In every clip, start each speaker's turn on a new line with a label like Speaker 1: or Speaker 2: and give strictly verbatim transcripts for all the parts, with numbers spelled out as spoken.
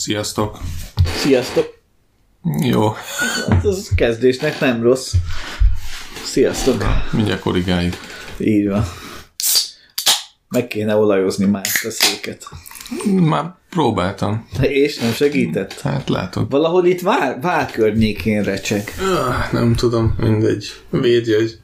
Speaker 1: Sziasztok!
Speaker 2: Sziasztok!
Speaker 1: Jó.
Speaker 2: Hát az kezdésnek nem rossz. Sziasztok!
Speaker 1: Na, mindjárt korrigáljuk.
Speaker 2: Így van. Meg kéne olajozni már ezt a széket.
Speaker 1: Már próbáltam.
Speaker 2: És nem segített?
Speaker 1: Hát látod.
Speaker 2: Valahogy itt vár, vár környékén recseg.
Speaker 1: Öh, nem tudom, mindegy. Védjegy.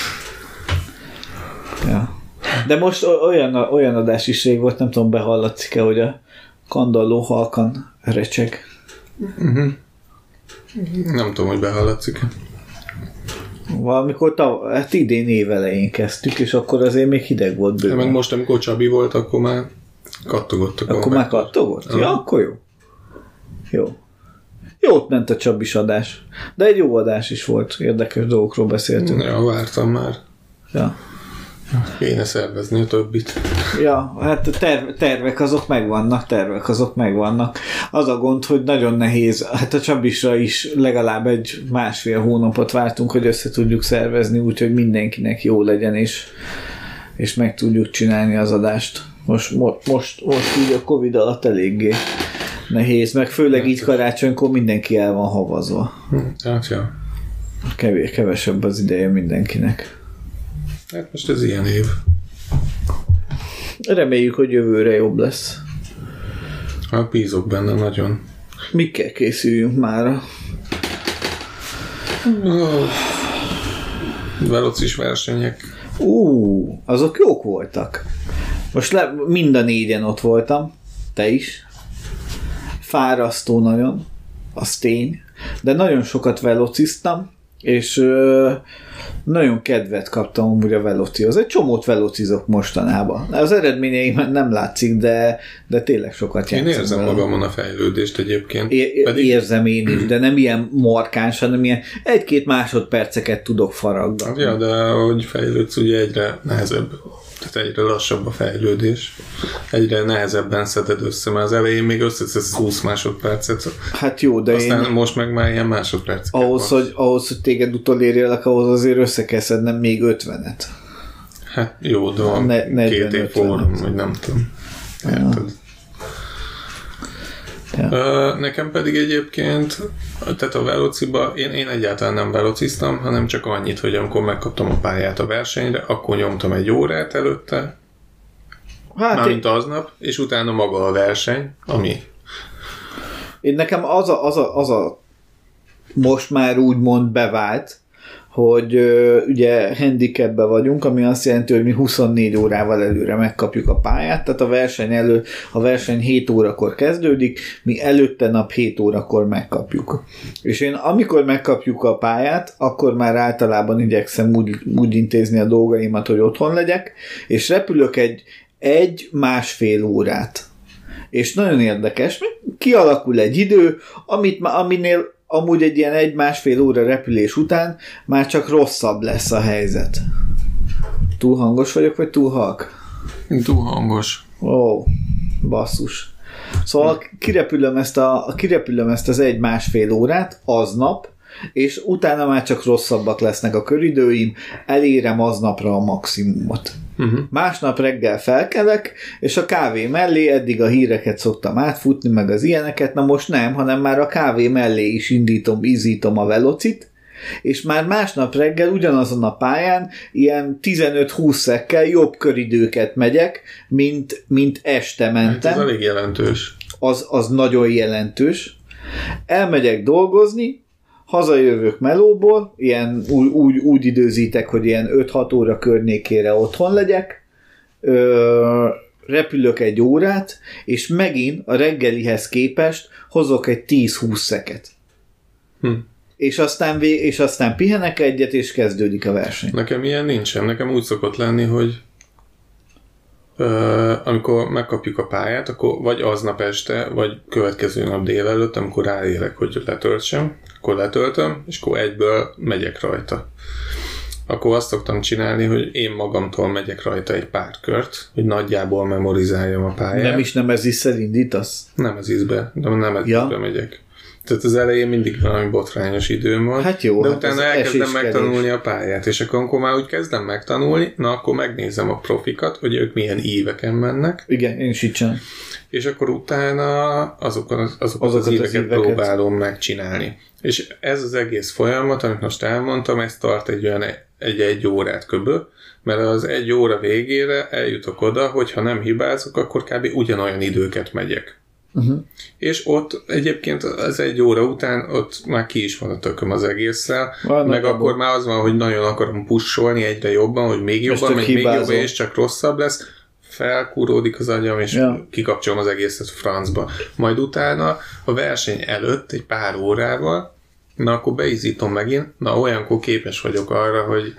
Speaker 2: Ja. De most olyan, olyan adás is rég volt, nem tudom, behallatszik-e, hogy a kandalló halkan recseg.
Speaker 1: Uh-huh. Nem tudom, hogy behallatszik-e.
Speaker 2: Valamikor tav- hát idén évelején kezdtük, és akkor azért még hideg volt bőven.
Speaker 1: Meg most, amikor Csabi volt, akkor már kattogottak.
Speaker 2: Akkor már kattogott? Uh-huh. Ja, akkor jó. Jó. Jót ment a Csabis adás. De egy jó adás is volt. Érdekes dolgokról beszéltünk.
Speaker 1: Ja, vártam már.
Speaker 2: Ja.
Speaker 1: Kéne szervezni a többit.
Speaker 2: Ja, hát terv, tervek azok megvannak, tervek azok megvannak. Az a gond, hogy nagyon nehéz, hát a Csabisra is legalább egy másfél hónapot vártunk, hogy össze tudjuk szervezni, úgyhogy mindenkinek jó legyen, és, és meg tudjuk csinálni az adást. Most, most, most, most így a Covid alatt eléggé nehéz, meg főleg így karácsonykor mindenki el van havazva.
Speaker 1: Hát ja.
Speaker 2: Kevés, kevesebb az ideje mindenkinek.
Speaker 1: Hát most ez ilyen év.
Speaker 2: Reméljük, hogy jövőre jobb lesz.
Speaker 1: Hát bízok benne nagyon.
Speaker 2: Mikkel készüljünk mára?
Speaker 1: Oh. Velocis versenyek.
Speaker 2: Ú, azok jók voltak. Most le, mind a négyen ott voltam. Te is. Fárasztó nagyon. Az tény. De nagyon sokat velociztam, és ö, nagyon kedvet kaptam amúgy a velocihoz. Egy csomót velocizok mostanában. Az eredményeimen nem látszik, de, de tényleg sokat játszom.
Speaker 1: Én érzem vele. Magamon a fejlődést egyébként.
Speaker 2: É- Pedig... Érzem én is, de nem ilyen markáns, hanem ilyen egy-két másodperceket tudok faragni.
Speaker 1: Ja, de ahogy fejlődsz, ugye egyre nehezebb. Tehát egyre lassabb a fejlődés. Egyre nehezebben szeded össze, mert az elején még összeszedsz húsz másodpercet.
Speaker 2: Hát jó, de
Speaker 1: aztán
Speaker 2: én...
Speaker 1: most meg már ilyen másodpercet.
Speaker 2: Ahhoz hogy, ahhoz, hogy téged utolérjelek, ahhoz azért össze kell szednem még ötvenet.
Speaker 1: Hát jó, de van ne, két év fórum, vagy nem tudom. Érted? Ja. Uh, nekem pedig egyébként, tehát a velociba, én, én egyáltalán nem velociztam, hanem csak annyit, hogy amikor megkaptam a pályát a versenyre, akkor nyomtam egy órát előtte, hát mármint én... aznap, és utána maga a verseny, ami...
Speaker 2: Én nekem az a, az a, az a most már úgymond bevált, hogy ö, ugye handicapbe vagyunk, ami azt jelenti, hogy mi huszonnégy órával előre megkapjuk a pályát, tehát a verseny elő, a verseny hét órakor kezdődik, mi előtte nap hét órakor megkapjuk. És én amikor megkapjuk a pályát, akkor már általában igyekszem úgy, úgy intézni a dolgaimat, hogy otthon legyek, és repülök egy, egy másfél órát. És nagyon érdekes, kialakul egy idő, amit, aminél amúgy egy ilyen egy-másfél óra repülés után már csak rosszabb lesz a helyzet. Túl hangos vagyok, vagy túl halk?
Speaker 1: Túl hangos.
Speaker 2: Ó, oh, basszus. Szóval kirepülöm ezt, a, kirepülöm ezt az egy-másfél órát aznap, és utána már csak rosszabbak lesznek a köridőim, elérem aznapra a maximumot. Uh-huh. Másnap reggel felkelek, és a kávé mellé eddig a híreket szoktam átfutni, meg az ilyeneket, na most nem, hanem már a kávé mellé is indítom, ízítom a velocit, és már másnap reggel ugyanazon a pályán ilyen tizenöt-húsz szekkel jobb köridőket megyek, mint, mint este mentem.
Speaker 1: Hát ez elég jelentős.
Speaker 2: Az, az nagyon jelentős. Elmegyek dolgozni, hazajövök melóból, ilyen úgy, úgy, úgy időzítek, hogy ilyen öt-hat óra környékére otthon legyek, ö, repülök egy órát, és megint a reggelihez képest hozok egy tíz-húsz szeket. Hm. És, aztán vé- és aztán pihenek egyet, és kezdődik a verseny.
Speaker 1: Nekem ilyen nincsen. Nekem úgy szokott lenni, hogy Uh, amikor megkapjuk a pályát, akkor vagy aznap este, vagy következő nap délelőtt, amikor ráérek, hogy letöltsem, akkor letöltöm, és akkor egyből megyek rajta. Akkor azt szoktam csinálni, hogy én magamtól megyek rajta egy pár kört, hogy nagyjából memorizáljam a pályát.
Speaker 2: Nem is nem ez ízszer indítasz?
Speaker 1: Nem ez ízbe, de nem ez
Speaker 2: ja.
Speaker 1: ízbe megyek. Tehát az elején mindig valami botrányos időm van,
Speaker 2: hát jó,
Speaker 1: de
Speaker 2: hát
Speaker 1: utána elkezdem megtanulni a pályát, és akkor, amikor már úgy kezdem megtanulni, na akkor megnézem a profikat, hogy ők milyen íveken mennek.
Speaker 2: Igen, én is így csinálom.
Speaker 1: és akkor utána azokat, azokat, azokat az, az éveket, éveket próbálom megcsinálni. És ez az egész folyamat, amit most elmondtam, ez tart egy olyan egy-egy órát köbö, mert az egy óra végére eljutok oda, hogy ha nem hibázok, akkor kb. Ugyanolyan időket megyek. Uh-huh. És ott egyébként az egy óra után ott már ki is van a tököm az egésszel, van, meg akkor abban. Már az van, hogy nagyon akarom pusholni egyre jobban, hogy még jobban, meg még jobban, és csak rosszabb lesz, felkúródik az agyam, és ja. kikapcsolom az egészet francba. Majd utána a verseny előtt egy pár órával, na akkor beizítom megint, na olyankor képes vagyok arra, hogy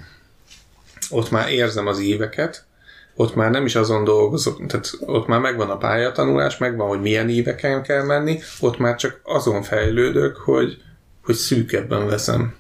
Speaker 1: ott már érzem az íveket, ott már nem is azon dolgozok, tehát ott már megvan a pályatanulás, megvan, hogy milyen íveken kell menni, ott már csak azon fejlődök, hogy, hogy szűkebben veszem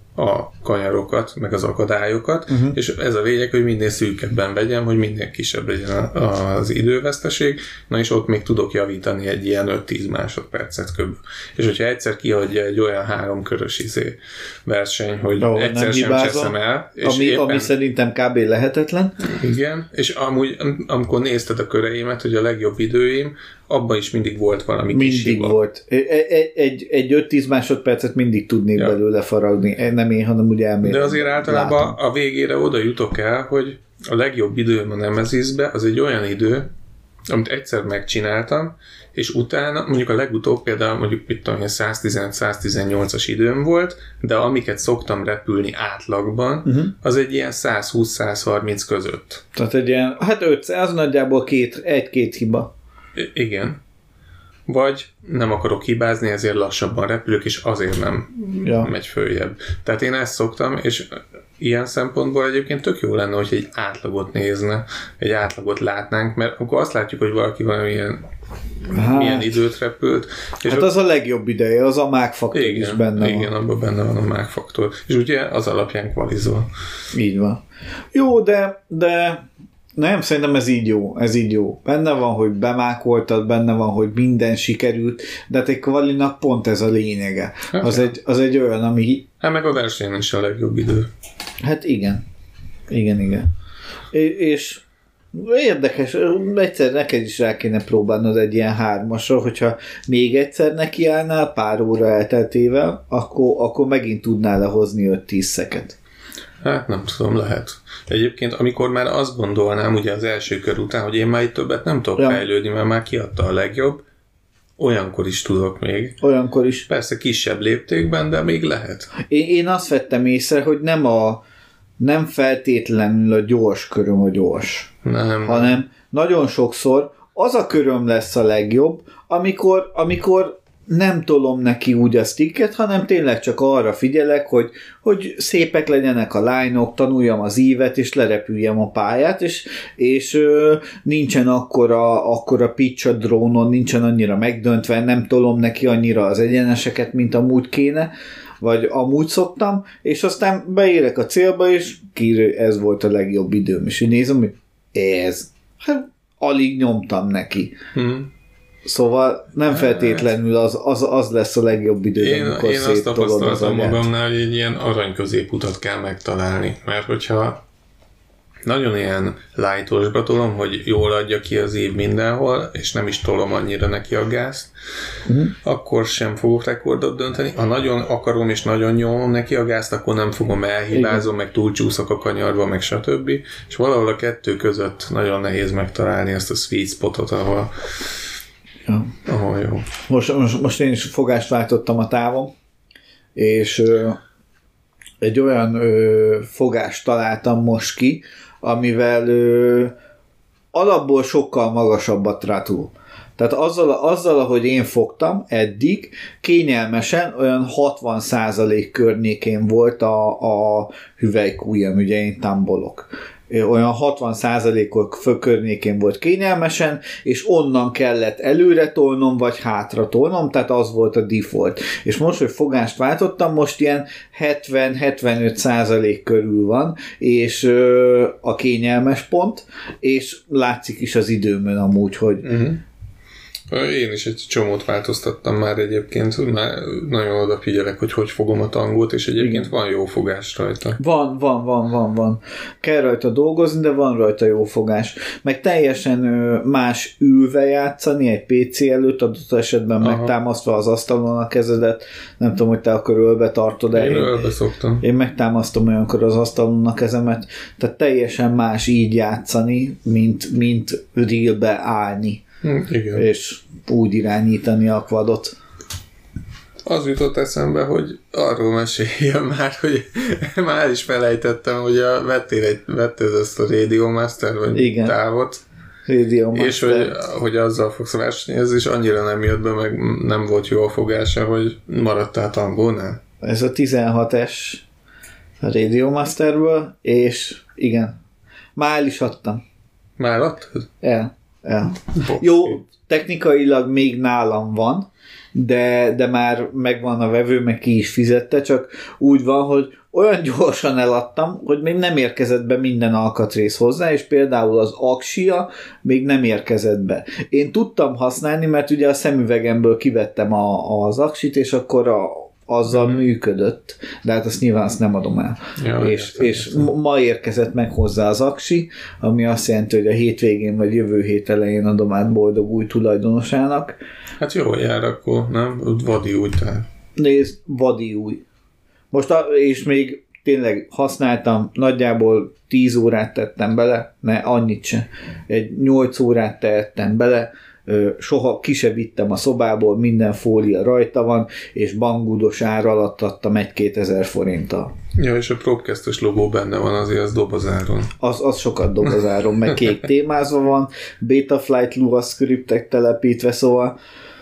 Speaker 1: a kanyarokat, meg az akadályokat, uh-huh. és ez a lényeg, hogy minél szűkebben vegyem, hogy minél kisebb legyen az időveszteség, na és ott még tudok javítani egy ilyen öt-tíz másodpercet kb. És hogyha egyszer kiadja egy olyan háromkörös izé verseny, hogy oh, egyszer sem cseszem el. És
Speaker 2: ami, éppen, ami szerintem kb. Lehetetlen.
Speaker 1: Igen, és amúgy, amikor nézted a köreimet, hogy a legjobb időim, abban is mindig volt valami
Speaker 2: mindig
Speaker 1: kis hiba.
Speaker 2: Volt. Egy, egy, egy öt-tíz másodpercet mindig tudnék ja. belőle faragni. Nem én, hanem úgy elmélem.
Speaker 1: De azért általában látom. A végére oda jutok el, hogy a legjobb időm a Nemezisbe az egy olyan idő, amit egyszer megcsináltam, és utána, mondjuk a legutóbb például mondjuk mit tudom, száztizenöt-száztizennyolcas időm volt, de amiket szoktam repülni átlagban, uh-huh. az egy ilyen százhúsz-százharminc között.
Speaker 2: Tehát egy ilyen, hát ötszáz nagyjából két, egy-két hiba.
Speaker 1: I- igen. Vagy nem akarok hibázni, ezért lassabban repülök, és azért nem ja. megy följebb. Tehát én ezt szoktam, és ilyen szempontból egyébként tök jó lenne, hogy egy átlagot nézne, egy átlagot látnánk, mert akkor azt látjuk, hogy valaki valamilyen hát, milyen időt repült. És
Speaker 2: hát az a legjobb ideje, az a mágfaktor
Speaker 1: igen,
Speaker 2: is benne
Speaker 1: igen, van. Igen, abban benne van a mágfaktor. És ugye az alapján kvalizol.
Speaker 2: Így van. Jó, de, de nem, szerintem ez így jó, ez így jó. Benne van, hogy bemákoltad, benne van, hogy minden sikerült, de hát egy kvalinak pont ez a lényege. Hát, az, egy, az egy olyan, ami...
Speaker 1: Hát meg a versenyen is a legjobb idő.
Speaker 2: Hát igen. Igen, igen. É- és érdekes, egyszer neked is rá kéne próbálnod egy ilyen hármasra, hogyha még egyszer nekiállnál pár óra elteltével, akkor, akkor megint tudnál lehozni öt-tíz szeket.
Speaker 1: Hát nem tudom, lehet. Egyébként, amikor már azt gondolnám ugye az első kör után, hogy én már itt többet nem tudok ja. fejlődni, mert már kiadta a legjobb, olyankor is tudok még.
Speaker 2: Olyankor is.
Speaker 1: Persze kisebb léptékben, de még lehet.
Speaker 2: Én, én azt vettem észre, hogy nem a nem feltétlenül a gyors köröm a gyors,
Speaker 1: nem.
Speaker 2: hanem nagyon sokszor az a köröm lesz a legjobb, amikor, amikor nem tolom neki úgy a sticket, hanem tényleg csak arra figyelek, hogy, hogy szépek legyenek a line-ok, tanuljam az ívet, és lerepüljem a pályát, és, és ö, nincsen akkora, akkora pitch a drónon, nincsen annyira megdöntve, nem tolom neki annyira az egyeneseket, mint amúgy kéne, vagy amúgy szoktam, és aztán beérek a célba, és kírő, ez volt a legjobb időm. És így nézem, hogy ez. Hát alig nyomtam neki. Hmm. Szóval nem feltétlenül az, az, az lesz a legjobb idő,
Speaker 1: én,
Speaker 2: amikor
Speaker 1: én azt tapasztaltam
Speaker 2: az
Speaker 1: magamnál, hogy egy ilyen arany középutat kell megtalálni. Mert hogyha nagyon ilyen light-osba tolom, hogy jól adja ki az év mindenhol, és nem is tolom annyira neki a gázt, uh-huh. akkor sem fogok rekordot dönteni. Ha nagyon akarom és nagyon nyomom neki a gázt, akkor nem fogom elhibázom, meg túlcsúszok a kanyarba, meg stb. És valahol a kettő között nagyon nehéz megtalálni ezt a sweet spotot, ahol,
Speaker 2: ja.
Speaker 1: ahol jó.
Speaker 2: Most, most, most én is fogást váltottam a távon, és ö, egy olyan ö, fogást találtam most ki, amivel ö, alapból sokkal magasabbat rá tudok. Tehát azzal, azzal, ahogy én fogtam eddig, kényelmesen olyan hatvan százalék környékén volt a, a hüvelykújjam, ugye én tambolok. Olyan hatvan százalékok környékén volt kényelmesen, és onnan kellett előre tolnom, vagy hátra tolnom, tehát az volt a default. És most, hogy fogást váltottam, most ilyen hetven-hetvenöt százalék körül van, és ö, a kényelmes pont, és látszik is az időmön amúgy, hogy
Speaker 1: uh-huh. Én is egy csomót változtattam már egyébként, már nagyon odafigyelek, hogy hogy fogom a tangót, és egyébként igen. Van jó fogás rajta.
Speaker 2: Van, van, van, van, van. Kell rajta dolgozni, de van rajta jó fogás. Meg teljesen más ülve játszani egy pé cé előtt, adott esetben aha. megtámasztva az asztalon a kezedet. Nem tudom, hogy te akkor ölbe tartod el.
Speaker 1: Én ölbe szoktam.
Speaker 2: Én megtámasztom olyankor az asztalon a kezemet. Tehát teljesen más így játszani, mint, mint realbe állni.
Speaker 1: Igen.
Speaker 2: És úgy irányítani a quadot.
Speaker 1: Az jutott eszembe, hogy arról meséljem már, hogy már is felejtettem, hogy a, vettél, egy, vettél ezt a Radio Master, vagy igen. távot.
Speaker 2: Radio Master.
Speaker 1: És hogy, hogy azzal fogsz versenyezni, és annyira nem jött be, meg nem volt jó a fogása, hogy maradtál tangónál.
Speaker 2: Ez a tizenhat es Radio Masterből, és igen, már el is adtam.
Speaker 1: Már adtad?
Speaker 2: El. El. Jó, technikailag még nálam van, de, de már megvan a vevő, meg ki is fizette, csak úgy van, hogy olyan gyorsan eladtam, hogy még nem érkezett be minden alkatrész hozzá, és például az aksia még nem érkezett be. Én tudtam használni, mert ugye a szemüvegemből kivettem a, az aksit, és akkor a azzal mm. működött, de hát azt nyilván azt nem adom el. Ja, és értem, és értem. Ma érkezett meg hozzá az aksi, ami azt jelenti, hogy a hétvégén vagy jövő hét elején adom át boldog új tulajdonosának.
Speaker 1: Hát jól jár akkor, nem? Vadi új tehát.
Speaker 2: Nézd, vadi új. Most a, és még tényleg használtam, nagyjából tíz órát tettem bele, ne annyit se. Egy nyolc órát tettem bele, soha ki se vittem a szobából, minden fólia rajta van, és bangudos ár alatt adtam egy-két ezer forinttal.
Speaker 1: Ja, és a Propcast-es logó benne van, azért az dobozáron.
Speaker 2: Az, az sokat dobozáron, meg kék témázva van, Betaflight Lua scriptek telepítve, szóval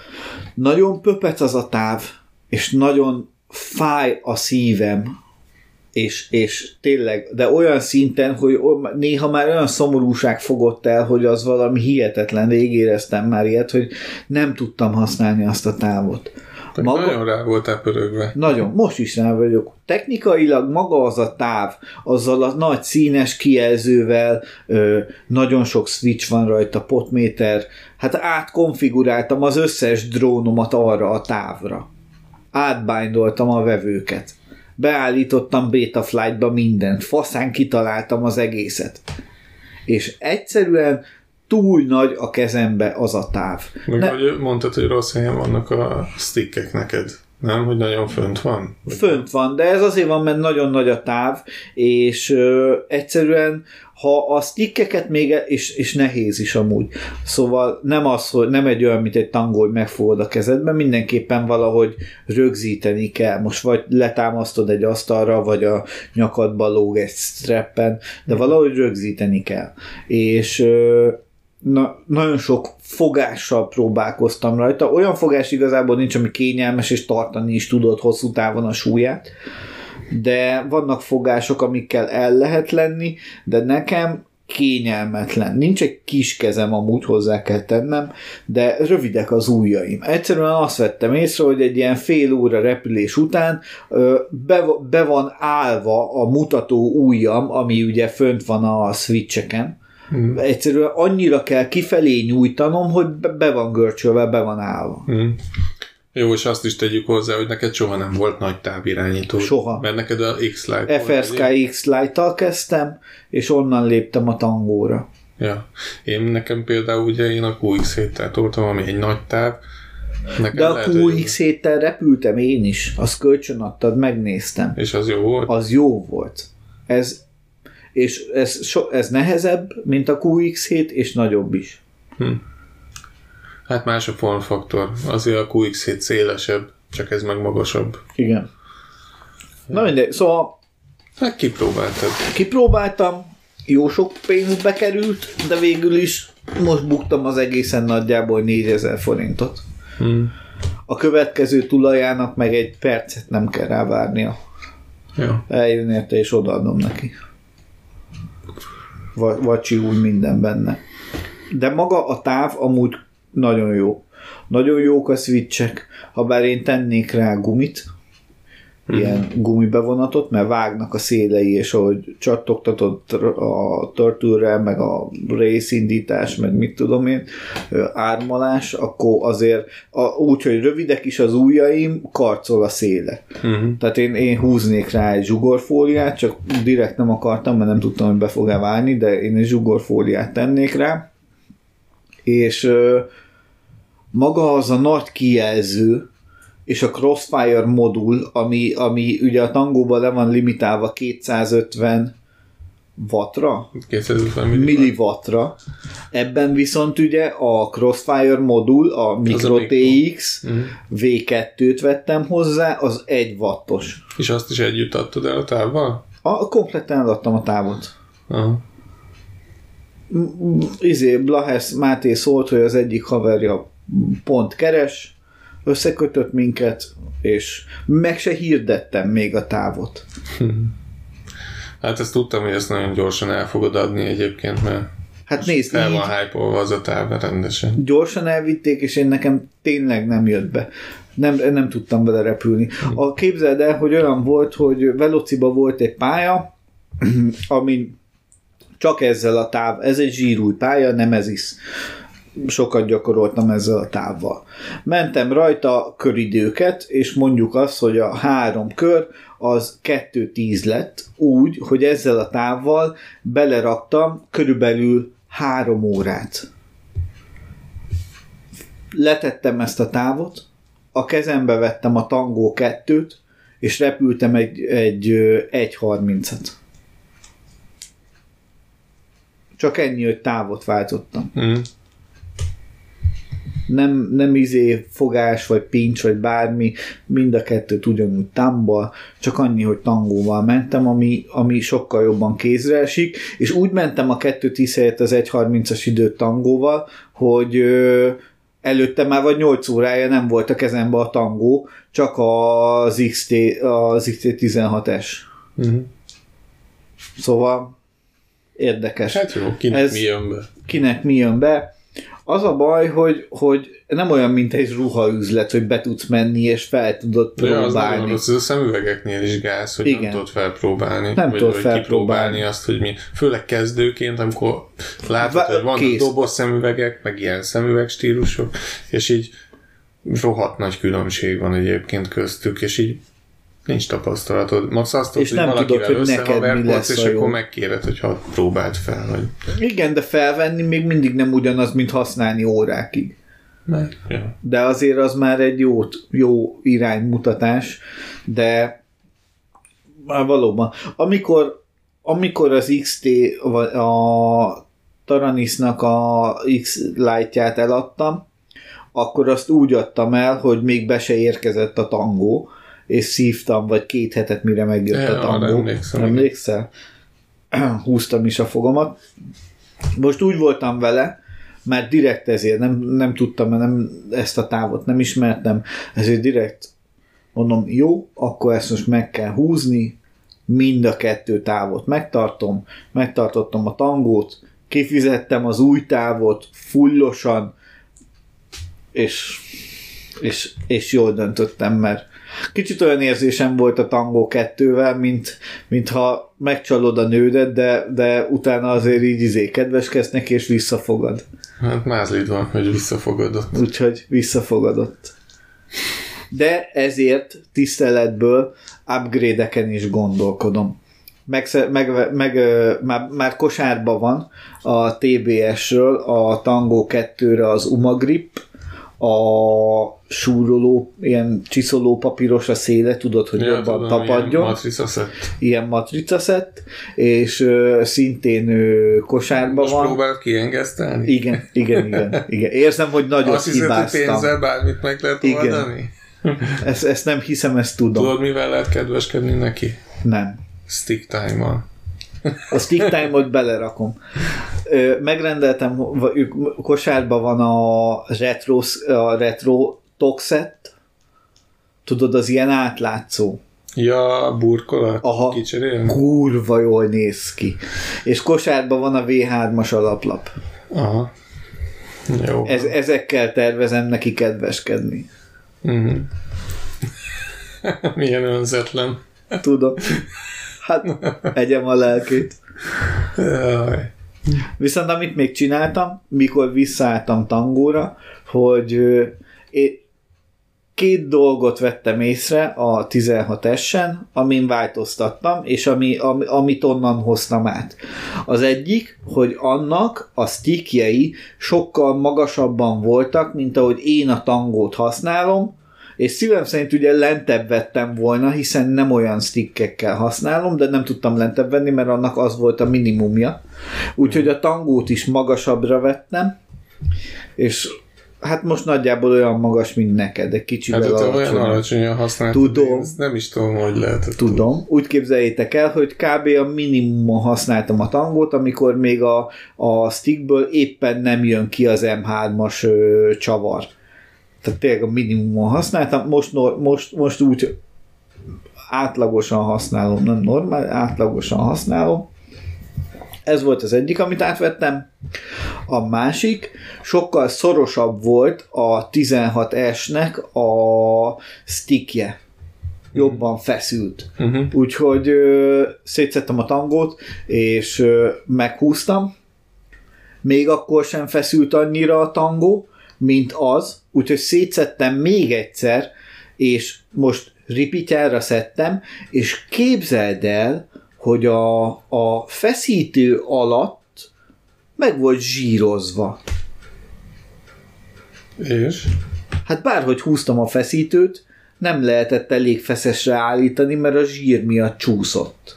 Speaker 2: nagyon pöpec az a táv, és nagyon fáj a szívem, És, és tényleg, de olyan szinten, hogy néha már olyan szomorúság fogott el, hogy az valami hihetetlen, rég éreztem már ilyet, hogy nem tudtam használni azt a távot.
Speaker 1: Maga... Nagyon rá voltál pörögve.
Speaker 2: Nagyon, most is rá vagyok. Technikailag maga az a táv, azzal a nagy színes kijelzővel, ö, nagyon sok switch van rajta, potméter, hát átkonfiguráltam az összes drónomat arra a távra. Átbindoltam a vevőket. Beállítottam Betaflightba mindent, faszán kitaláltam az egészet. És egyszerűen túl nagy a kezembe az a táv.
Speaker 1: Meg ne... hogy mondtad, hogy rossz helyen vannak a stickek neked. Nem? Hogy nagyon fönt van?
Speaker 2: Fönt van, de ez azért van, mert nagyon nagy a táv, és ö, egyszerűen ha a stickeket még, és, és nehéz is amúgy. Szóval nem az, hogy nem egy olyan, mint egy tangó, hogy megfogod a kezedben, mindenképpen valahogy rögzíteni kell. Most vagy letámasztod egy asztalra, vagy a nyakadba lóg egy strappen, de valahogy rögzíteni kell. És ö, na, nagyon sok fogással próbálkoztam rajta. Olyan fogás igazából nincs, ami kényelmes, és tartani is tudod hosszú távon a súlyát. De vannak fogások, amikkel el lehet lenni, de nekem kényelmetlen. Nincs egy kis kezem, amúgy hozzá kell tennem, de rövidek az ujjaim. Egyszerűen azt vettem észre, hogy egy ilyen fél óra repülés után be, be van állva a mutató ujjam, ami ugye fönt van a switcheken. Mm. Egyszerűen annyira kell kifelé nyújtanom, hogy be van görcsölve, be van állva.
Speaker 1: Mm. Jó, és azt is tegyük hozzá, hogy neked soha nem volt nagy távirányító.
Speaker 2: Soha.
Speaker 1: Mert neked a X-Lite
Speaker 2: ef er es ká X-Lite-tal kezdtem, és onnan léptem a tangóra.
Speaker 1: Ja. Én nekem például ugye én a kú iksz héttel toltam, ami egy nagy táv.
Speaker 2: Nekem de a lehet, kú iksz héttel repültem én is. Azt kölcsön adtad, megnéztem.
Speaker 1: És az jó volt?
Speaker 2: Az jó volt. Ez, és ez, so, ez nehezebb, mint a kú iksz hét, és nagyobb is.
Speaker 1: Hm. Hát más a formfaktor. Azért a kú iksz hét szélesebb, csak ez meg magasabb.
Speaker 2: Igen. Na mindegy, szóval...
Speaker 1: Hát kipróbáltad.
Speaker 2: Kipróbáltam, jó sok pénzbe került, de végül is most buktam az egészen nagyjából négyezer forintot. Hmm. A következő tulajának meg egy percet nem kell rávárnia.
Speaker 1: Ja.
Speaker 2: Eljön érte és odaadom neki. Vacsi úgy minden benne. De maga a táv amúgy nagyon jó. Nagyon jók a switchek, ha bár én tennék rá gumit, ilyen gumibevonatot, mert vágnak a szélei, és ahogy csattogtatod a turtle-rel, meg a részindítás, meg mit tudom én, ármalás, akkor azért a, úgy, hogy rövidek is az ujjaim, karcol a széle. Uh-huh. Tehát én, én húznék rá egy zsugorfóliát, csak direkt nem akartam, mert nem tudtam, hogy be fog-e válni, de én egy zsugorfóliát tennék rá, és ö, maga az a nagy kijelző, és a Crossfire modul, ami, ami ugye a tangóban le van limitálva kétszázötven wattra,
Speaker 1: kétszázötven
Speaker 2: milliwattra. Ebben viszont ugye a Crossfire modul, a Micro té iksz uh-huh. vé kettőt vettem hozzá, az egy wattos.
Speaker 1: És azt is együtt adtad el a távval?
Speaker 2: A, kompletten eladtam a távot.
Speaker 1: Aha.
Speaker 2: Izé, Blahes Máté szólt, hogy az egyik haverja pont keres, összekötött minket, és meg se hirdettem még a távot.
Speaker 1: Hát ezt tudtam, hogy ezt nagyon gyorsan el fogod adni egyébként, mert
Speaker 2: hát nézd,
Speaker 1: fel van hype-olva az a táv rendesen.
Speaker 2: Gyorsan elvitték, és én nekem tényleg nem jött be. Nem, nem tudtam vele repülni. A, képzeld el, hogy olyan volt, hogy Velociba volt egy pálya, ami csak ezzel a táv, ez egy zsírúj pálya, nem ez is. Sokat gyakoroltam ezzel a távval. Mentem rajta köridőket, és mondjuk azt, hogy a három kör az kettő tíz lett, úgy, hogy ezzel a távval beleraktam körülbelül három órát. Letettem ezt a távot, a kezembe vettem a Tango kettőt, és repültem egy, egy egy harmincat. Csak ennyi, hogy távot váltottam. Mm. Nem, nem izé fogás, vagy pincs, vagy bármi, mind a kettőt ugyanúgy támba, csak annyi, hogy tangóval mentem, ami, ami sokkal jobban kézre esik, és úgy mentem a kettő tíz helyett az egy harmincas időt tangóval, hogy ö, előtte már vagy nyolc órája nem volt a kezembe a tangó, csak az iksz té, az iksz té tizenhat es. Uh-huh. Szóval érdekes.
Speaker 1: Hát jó, kinek Ez, mi jön be.
Speaker 2: Kinek mi jön be. Az a baj, hogy, hogy nem olyan, mint egy ruhaüzlet, hogy be tudsz menni, és fel tudod próbálni.
Speaker 1: Ja, az, az a szemüvegeknél is gáz, hogy
Speaker 2: igen.
Speaker 1: nem tudod felpróbálni.
Speaker 2: Nem
Speaker 1: vagy,
Speaker 2: tudod
Speaker 1: vagy
Speaker 2: felpróbálni.
Speaker 1: kipróbálni azt, hogy mi, főleg kezdőként, amikor látod, hogy vannak doboz szemüvegek, meg ilyen szemüvegstílusok, és így rohadt nagy különbség van egyébként köztük, és így nincs tapasztalatod. Max azt tudod, hogy valakivel összehaverkodsz, és akkor megkéred, hogy ha próbáld fel. Vagy...
Speaker 2: Igen, de felvenni még mindig nem ugyanaz, mint használni órákig.
Speaker 1: Mert, ja.
Speaker 2: De azért az már egy jó, jó iránymutatás, de már valóban. Amikor, amikor az iksz té, a Taranisnak a X-Lite-ját eladtam, akkor azt úgy adtam el, hogy még be se érkezett a tangó, és szívtam, vagy két hetet, mire megjött ja, a tangó.
Speaker 1: Emlékszem.
Speaker 2: Emlékszel? Húztam is a fogamat. Most úgy voltam vele, már direkt ezért nem, nem tudtam, mert nem, ezt a távot nem ismertem, ezért direkt mondom, jó, akkor ezt most meg kell húzni, mind a kettő távot megtartom, megtartottam a tangót, kifizettem az új távot fullosan, és, és, és jól döntöttem, mert kicsit olyan érzésem volt a Tango kettővel, mint, mintha megcsalod a nődet, de, de utána azért így izé kedveskednek, és visszafogad.
Speaker 1: Hát mázlid van, hogy visszafogadott.
Speaker 2: Úgyhogy visszafogadott. De ezért tiszteletből upgrade-eken is gondolkodom. Meg, meg, meg már, már kosárban van a té bé es-ről a Tango kettőre az Umagrip, a súroló, ilyen csiszoló papíros a széle, tudod, hogy ja, jobban tudom, tapadjon.
Speaker 1: Ilyen matricaszett.
Speaker 2: Ilyen matricaszett, és uh, szintén uh, kosárban
Speaker 1: Most
Speaker 2: van.
Speaker 1: Most próbáld kiengesztelni?
Speaker 2: Igen, igen, igen, igen. Érzem, hogy nagyot
Speaker 1: Azt hiszed,
Speaker 2: hibáztam.
Speaker 1: hogy pénzzel bármit meg lehet oldani?
Speaker 2: Ezt, ezt nem hiszem, ezt tudom.
Speaker 1: Tudod, mivel lehet kedveskedni neki?
Speaker 2: Nem.
Speaker 1: Stick time-mal.
Speaker 2: A stick time-ot belerakom. Megrendeltem, kosárban van a retro, a retro toxet, tudod, az ilyen átlátszó.
Speaker 1: Ja, burkolat.
Speaker 2: Aha,
Speaker 1: kicserélni.
Speaker 2: Kurva jól néz ki. És kosárban van a vé hármas alaplap.
Speaker 1: Aha. Jó.
Speaker 2: Ez, ezekkel tervezem neki kedveskedni.
Speaker 1: Uh-huh. Milyen önzetlen.
Speaker 2: Tudom. Hát, egyem a lelkét.
Speaker 1: Jaj.
Speaker 2: Viszont amit még csináltam, mikor visszaálltam tangóra, hogy én két dolgot vettem észre a tizenhat esen, amin változtattam, és ami, ami, amit onnan hoztam át. Az egyik, hogy annak a stickjei sokkal magasabban voltak, mint ahogy én a tangót használom, és szívem szerint ugye lentebb vettem volna, hiszen nem olyan stickekkel használom, de nem tudtam lentebb venni, mert annak az volt a minimumja. Úgyhogy a tangót is magasabbra vettem, és hát most nagyjából olyan magas, mint neked, de kicsivel
Speaker 1: hát
Speaker 2: alacsony.
Speaker 1: olyan alacsonyan használtad,
Speaker 2: Tudom.
Speaker 1: nem is tudom, hogy lehet.
Speaker 2: Tudom. Úgy képzeljétek el, hogy kb. A minimumon használtam a tangót, amikor még a, a stickből éppen nem jön ki az em hármas ö, csavar. Tehát tényleg a minimumon használtam, most, most, most úgy átlagosan használom, nem normál, átlagosan használom. Ez volt az egyik, amit átvettem. A másik, sokkal szorosabb volt a tizenhat esnek a stickje. Jobban feszült. Uh-huh. Úgyhogy ö, szétszedtem a tangót, és ö, meghúztam. Még akkor sem feszült annyira a tangó, mint az, úgyhogy szétszedtem még egyszer, és most ripityára szedtem, és képzeld el, hogy a, a feszítő alatt meg volt zsírozva.
Speaker 1: És?
Speaker 2: Hát bárhogy húztam a feszítőt, nem lehetett elég feszesre állítani, mert a zsír miatt csúszott.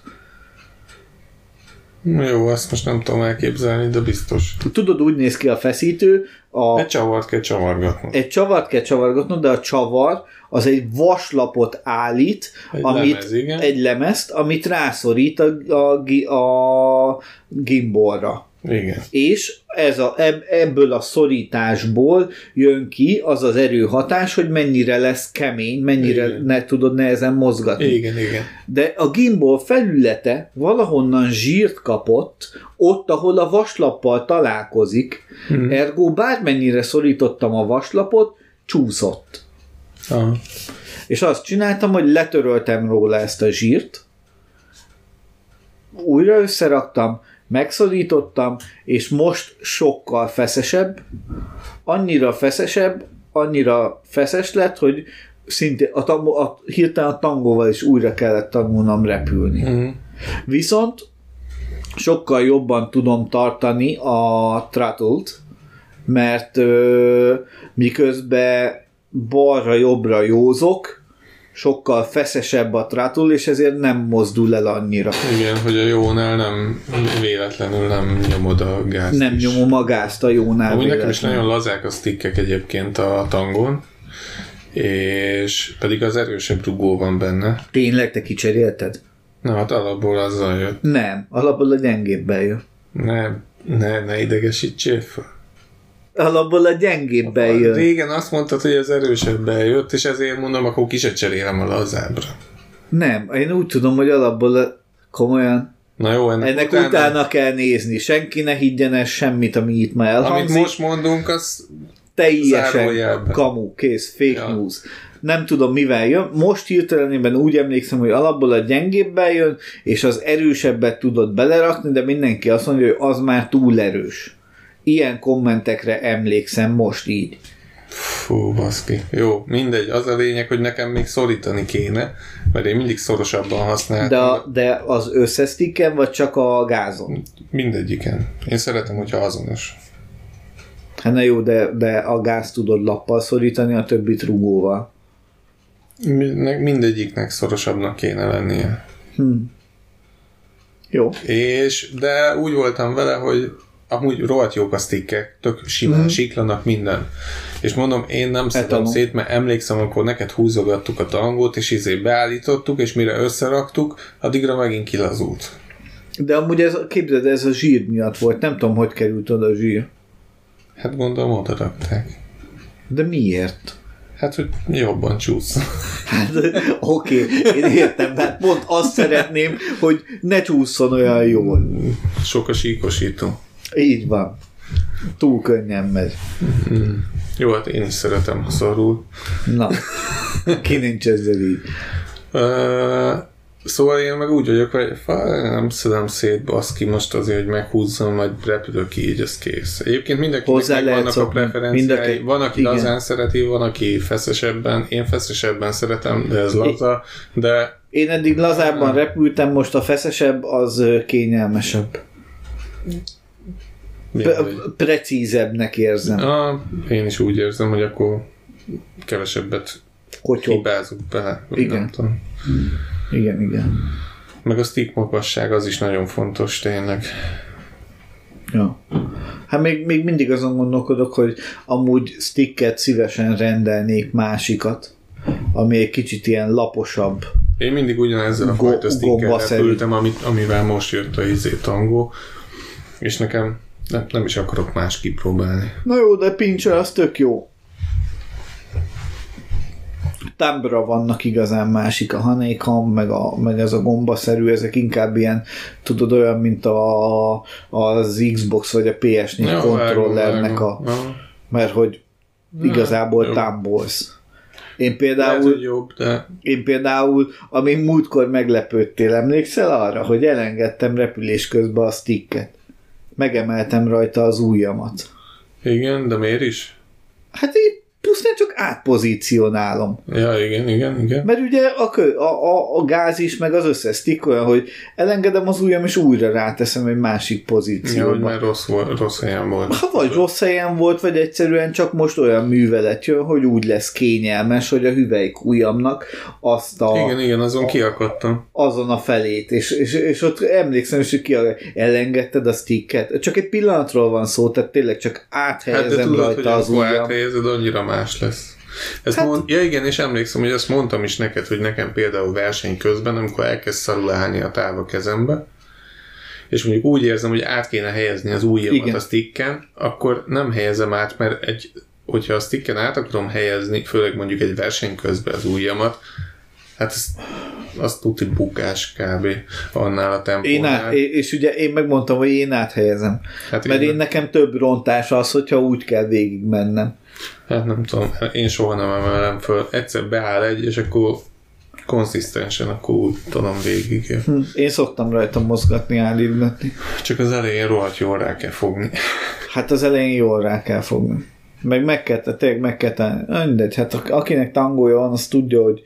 Speaker 1: Jó, azt most nem tudom elképzelni, de biztos.
Speaker 2: Tudod, úgy néz ki a feszítő. A,
Speaker 1: egy csavart kell csavargatnod.
Speaker 2: Egy csavart kell csavargatnod, de a csavar az egy vaslapot állít,
Speaker 1: egy
Speaker 2: amit,
Speaker 1: lemez, igen.
Speaker 2: egy lemezt, amit rászorít a, a, a gimbalra.
Speaker 1: Igen.
Speaker 2: És ez a, ebből a szorításból jön ki az az erőhatás, hogy mennyire lesz kemény, mennyire igen. ne tudod nehezen mozgatni.
Speaker 1: Igen, igen.
Speaker 2: De a gimbal felülete valahonnan zsírt kapott, ott, ahol a vaslappal találkozik, hmm. ergo bármennyire szorítottam a vaslapot, csúszott.
Speaker 1: Aha.
Speaker 2: És azt csináltam, hogy letöröltem róla ezt a zsírt, újra összeraktam, megszorítottam, és most sokkal feszesebb, annyira feszesebb, annyira feszes lett, hogy szintén a, a, a, hirtelen a tangóval is újra kellett tanulnom repülni. Mm. Viszont sokkal jobban tudom tartani a throttle-t, mert ö, miközben balra-jobbra józok, sokkal feszesebb a throttle, és ezért nem mozdul el annyira.
Speaker 1: Igen, hogy a jónál nem véletlenül nem nyomod a gázt.
Speaker 2: Nem is. Nyomom a gázt a jónál.
Speaker 1: Amúgy nekem is nagyon lazák a stickek egyébként a tangon, és pedig az erősebb rugó van benne.
Speaker 2: Tényleg, te kicserélted?
Speaker 1: Na, hát alapból azzal jött.
Speaker 2: Nem, alapból a gyengébben jött.
Speaker 1: Nem, ne, ne idegesítsél fel.
Speaker 2: Alapból a gyengébben jött.
Speaker 1: Régen azt mondtad, hogy az erősebben jött, és ezért mondom, akkor ki se cserélem a lazábra.
Speaker 2: Nem, én úgy tudom, hogy alapból a... komolyan.
Speaker 1: Na jó, ennek,
Speaker 2: ennek utána... utána kell nézni. Senki ne higgyen el semmit, ami itt már elhangzik.
Speaker 1: Amit most mondunk, az
Speaker 2: teljesen kamu, kész, fake ja. news. Nem tudom, mivel jön. Most hirtelenében úgy emlékszem, hogy alapból a gyengébben jön, és az erősebbet tudod belerakni, de mindenki azt mondja, hogy az már túl erős. Ilyen kommentekre emlékszem most így.
Speaker 1: Fú, baszki. Jó, mindegy. Az a lényeg, hogy nekem még szorítani kéne, mert én mindig szorosabban használtam.
Speaker 2: De, de az összesztikken, vagy csak a gázon?
Speaker 1: Mindegyiken. Én szeretem, hogyha azonos.
Speaker 2: Hát na jó, de, de a gáz tudod lappal szorítani, a többit rugóval.
Speaker 1: Mindegyiknek szorosabbnak kéne lennie.
Speaker 2: Hm. Jó.
Speaker 1: És, de úgy voltam vele, hogy amúgy rohadt jók a stickek, tök simán, mm. siklanak minden. És mondom, én nem szedem szét, mert emlékszem, amikor neked húzogattuk a tangót, és izé beállítottuk, és mire összeraktuk, addigra megint kilazult.
Speaker 2: De amúgy ez, képzeld, ez a zsír miatt volt. Nem tudom, hogy került oda a zsír.
Speaker 1: Hát gondolom, oda rakták.
Speaker 2: De miért?
Speaker 1: Hát, hogy jobban csúsz.
Speaker 2: Hát, oké, okay, én értem, de pont azt szeretném, hogy ne csúszson olyan jól.
Speaker 1: Sok a síkosító.
Speaker 2: Így van. Túl könnyen megy.
Speaker 1: Mm. Jó, hát én is szeretem, ha szorul.
Speaker 2: Na, ki nincs ezzel így.
Speaker 1: Uh, szóval én meg úgy vagyok, hogy nem szedem szét, baszki, most azért, hogy meghúzzam, majd repülök így, ez kész. Egyébként mindenkinek vannak a preferenciái. Van, aki igen. lazán szereti, van, aki feszesebben. Én feszesebben szeretem, de ez laza. De...
Speaker 2: Én eddig lazábban hmm. repültem, most a feszesebb az kényelmesebb. Pre- precízebbnek érzem.
Speaker 1: Ah, én is úgy érzem, hogy akkor kevesebbet
Speaker 2: Kotyog.
Speaker 1: hibázunk bele.
Speaker 2: Igen.
Speaker 1: Nem tudom.
Speaker 2: Igen, igen.
Speaker 1: Meg a stick magasság az is nagyon fontos tényleg.
Speaker 2: Ja. Hát még, még mindig azon gondolkodok, hogy amúgy sticket szívesen rendelnék másikat, ami egy kicsit ilyen laposabb.
Speaker 1: Én mindig ugyanezzel a fajta stickkel repültem, amit, amivel most jött a izé tangó, és nekem nem, nem is akarok más kipróbálni.
Speaker 2: Na jó, de Pinscher az tök jó. Támbra vannak igazán másik, a Honeycomb, meg, a, meg ez a gombaszerű, ezek inkább ilyen, tudod, olyan, mint a, az Xbox vagy a pé es négy ja, kontrollernek a, ja. mert hogy igazából ja, támbolsz. Én például,
Speaker 1: lehet, jobb, de...
Speaker 2: én például, ami múltkor meglepődtél, emlékszel arra, hogy elengedtem repülés közben a sticket. Megemeltem rajta az ujjamat.
Speaker 1: Igen, de miért is?
Speaker 2: Hát én pusztán csak átpozícionálom.
Speaker 1: Ja, igen, igen, igen.
Speaker 2: Mert ugye a, kö, a, a, a gáz is, meg az összes stick olyan, hogy elengedem az ujjam, és újra ráteszem egy másik pozícióba.
Speaker 1: Ja, hogy már rossz, rossz helyen volt.
Speaker 2: Ha vagy rossz helyen volt, vagy egyszerűen csak most olyan művelet jön, hogy úgy lesz kényelmes, hogy a hüvelyk ujjamnak azt a...
Speaker 1: Igen, igen, azon
Speaker 2: a,
Speaker 1: kiakadtam.
Speaker 2: Azon a felét, és, és, és ott emlékszem, hogy ki elengedted a sticket. Csak egy pillanatról van szó, tehát tényleg csak áthelyezem hát de tudod, rajta
Speaker 1: hogy
Speaker 2: az ujjam.
Speaker 1: áthelyezed, annyira más lesz. Ezt
Speaker 2: hát,
Speaker 1: mond, ja igen, és emlékszem, hogy ezt mondtam is neked, hogy nekem például verseny közben, amikor elkezd szarul állni a táv a kezembe, és mondjuk úgy érzem, hogy át kéne helyezni az ujjamat igen. a sticken, akkor nem helyezem át, mert egy, hogyha a sticken át akarom helyezni, főleg mondjuk egy verseny közben az ujjamat, hát ez, azt tudni bukás kb. Annál a tempónál.
Speaker 2: Én át, és ugye én megmondtam, hogy én áthelyezem. Hát mert én, én nekem több rontás az, hogyha úgy kell végig mennem.
Speaker 1: Hát nem tudom, én soha nem emelem föl. Egyszer beáll egy, és akkor konzisztensen, akkor úgy tudom végig.
Speaker 2: Hm, én szoktam rajta mozgatni, állítgatni.
Speaker 1: Csak az elején rohadt jól rá kell fogni. Hát
Speaker 2: az elején jól rá kell fogni. Meg meg kell, tényleg meg kell tenni. Mindegy, hát akinek tangója van, az tudja, hogy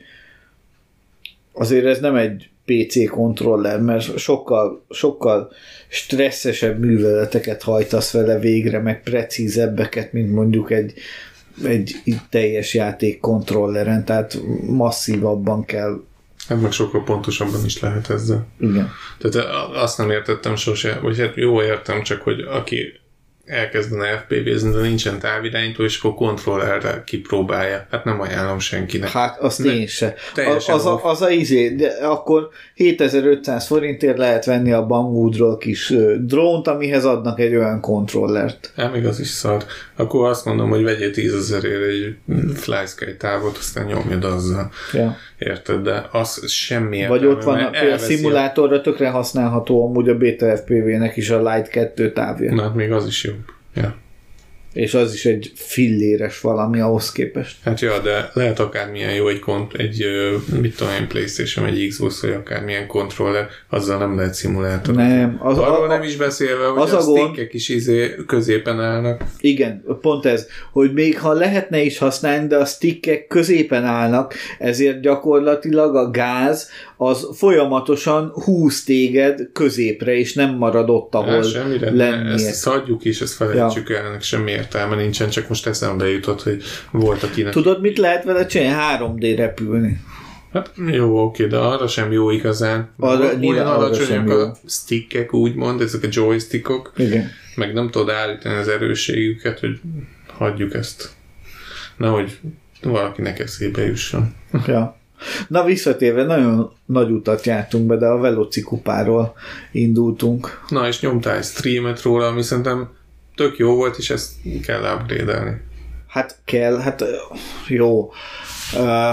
Speaker 2: azért ez nem egy pé cé kontroller, mert sokkal, sokkal stresszesebb műveleteket hajtasz vele végre, meg precízebbeket, mint mondjuk egy, egy teljes játék kontrolleren, tehát masszívabban kell.
Speaker 1: Hát meg sokkal pontosabban is lehet ezzel.
Speaker 2: Igen.
Speaker 1: Tehát azt nem értettem sose, vagy hát jó értem, csak hogy aki elkezdene ef pé vé-zni, de nincsen távirányító, és akkor kontrollerrel kipróbálja. Hát nem ajánlom senkinek.
Speaker 2: Hát azt ne, én se. Az, az, a, az a izé, de akkor hétezer-ötszáz forintért lehet venni a Banggoodról kis drónt, amihez adnak egy olyan kontrollert.
Speaker 1: Hát még az is szar. Akkor azt mondom, hogy vegyél tízezerért egy FlySky távot, aztán nyomjad azzal. Ja. Érted? De az semmi értelme.
Speaker 2: Vagy ott van a, a szimulátorra tökre használható amúgy a Beta ef pé vé-nek is a Lite kettő távja.
Speaker 1: Na hát még az is jó. Ja.
Speaker 2: És az is egy filléres valami ahhoz képest.
Speaker 1: Hát ja, de lehet akármilyen jó egy, kont- egy mit tudom én, PlayStation, egy Xbox, vagy akármilyen kontroller, azzal nem lehet szimulátor.
Speaker 2: Nem.
Speaker 1: Az, Arról a, nem is beszélve, hogy az a, a stickek is izé középen állnak.
Speaker 2: Igen, pont ez, hogy még ha lehetne is használni, de a stickek középen állnak, ezért gyakorlatilag a gáz az folyamatosan húz téged középre, és nem marad ott, ahol lennie.
Speaker 1: Ezt szadjuk is, ezt felejtsük ja. el, ennek semmi értelme nincsen, csak most eszembe jutott, hogy volt akinek...
Speaker 2: Tudod, mit lehet vele csinálni? három dé repülni.
Speaker 1: Hát jó, oké, de arra sem jó igazán.
Speaker 2: Arra,
Speaker 1: olyan alacsonyak a stickek, úgymond, ezek a joystickok.
Speaker 2: Igen.
Speaker 1: Meg nem tudod állítani az erősségüket, hogy hagyjuk ezt. Nehogy valakinek eszébe jusson.
Speaker 2: Ja. Na visszatérve, nagyon nagy utat jártunk be, de a Veloci kupáról indultunk.
Speaker 1: Na és nyomtál egy streamet róla, ami szerintem tök jó volt, és ezt kell upgrade-elni.
Speaker 2: Hát kell, hát jó. Uh,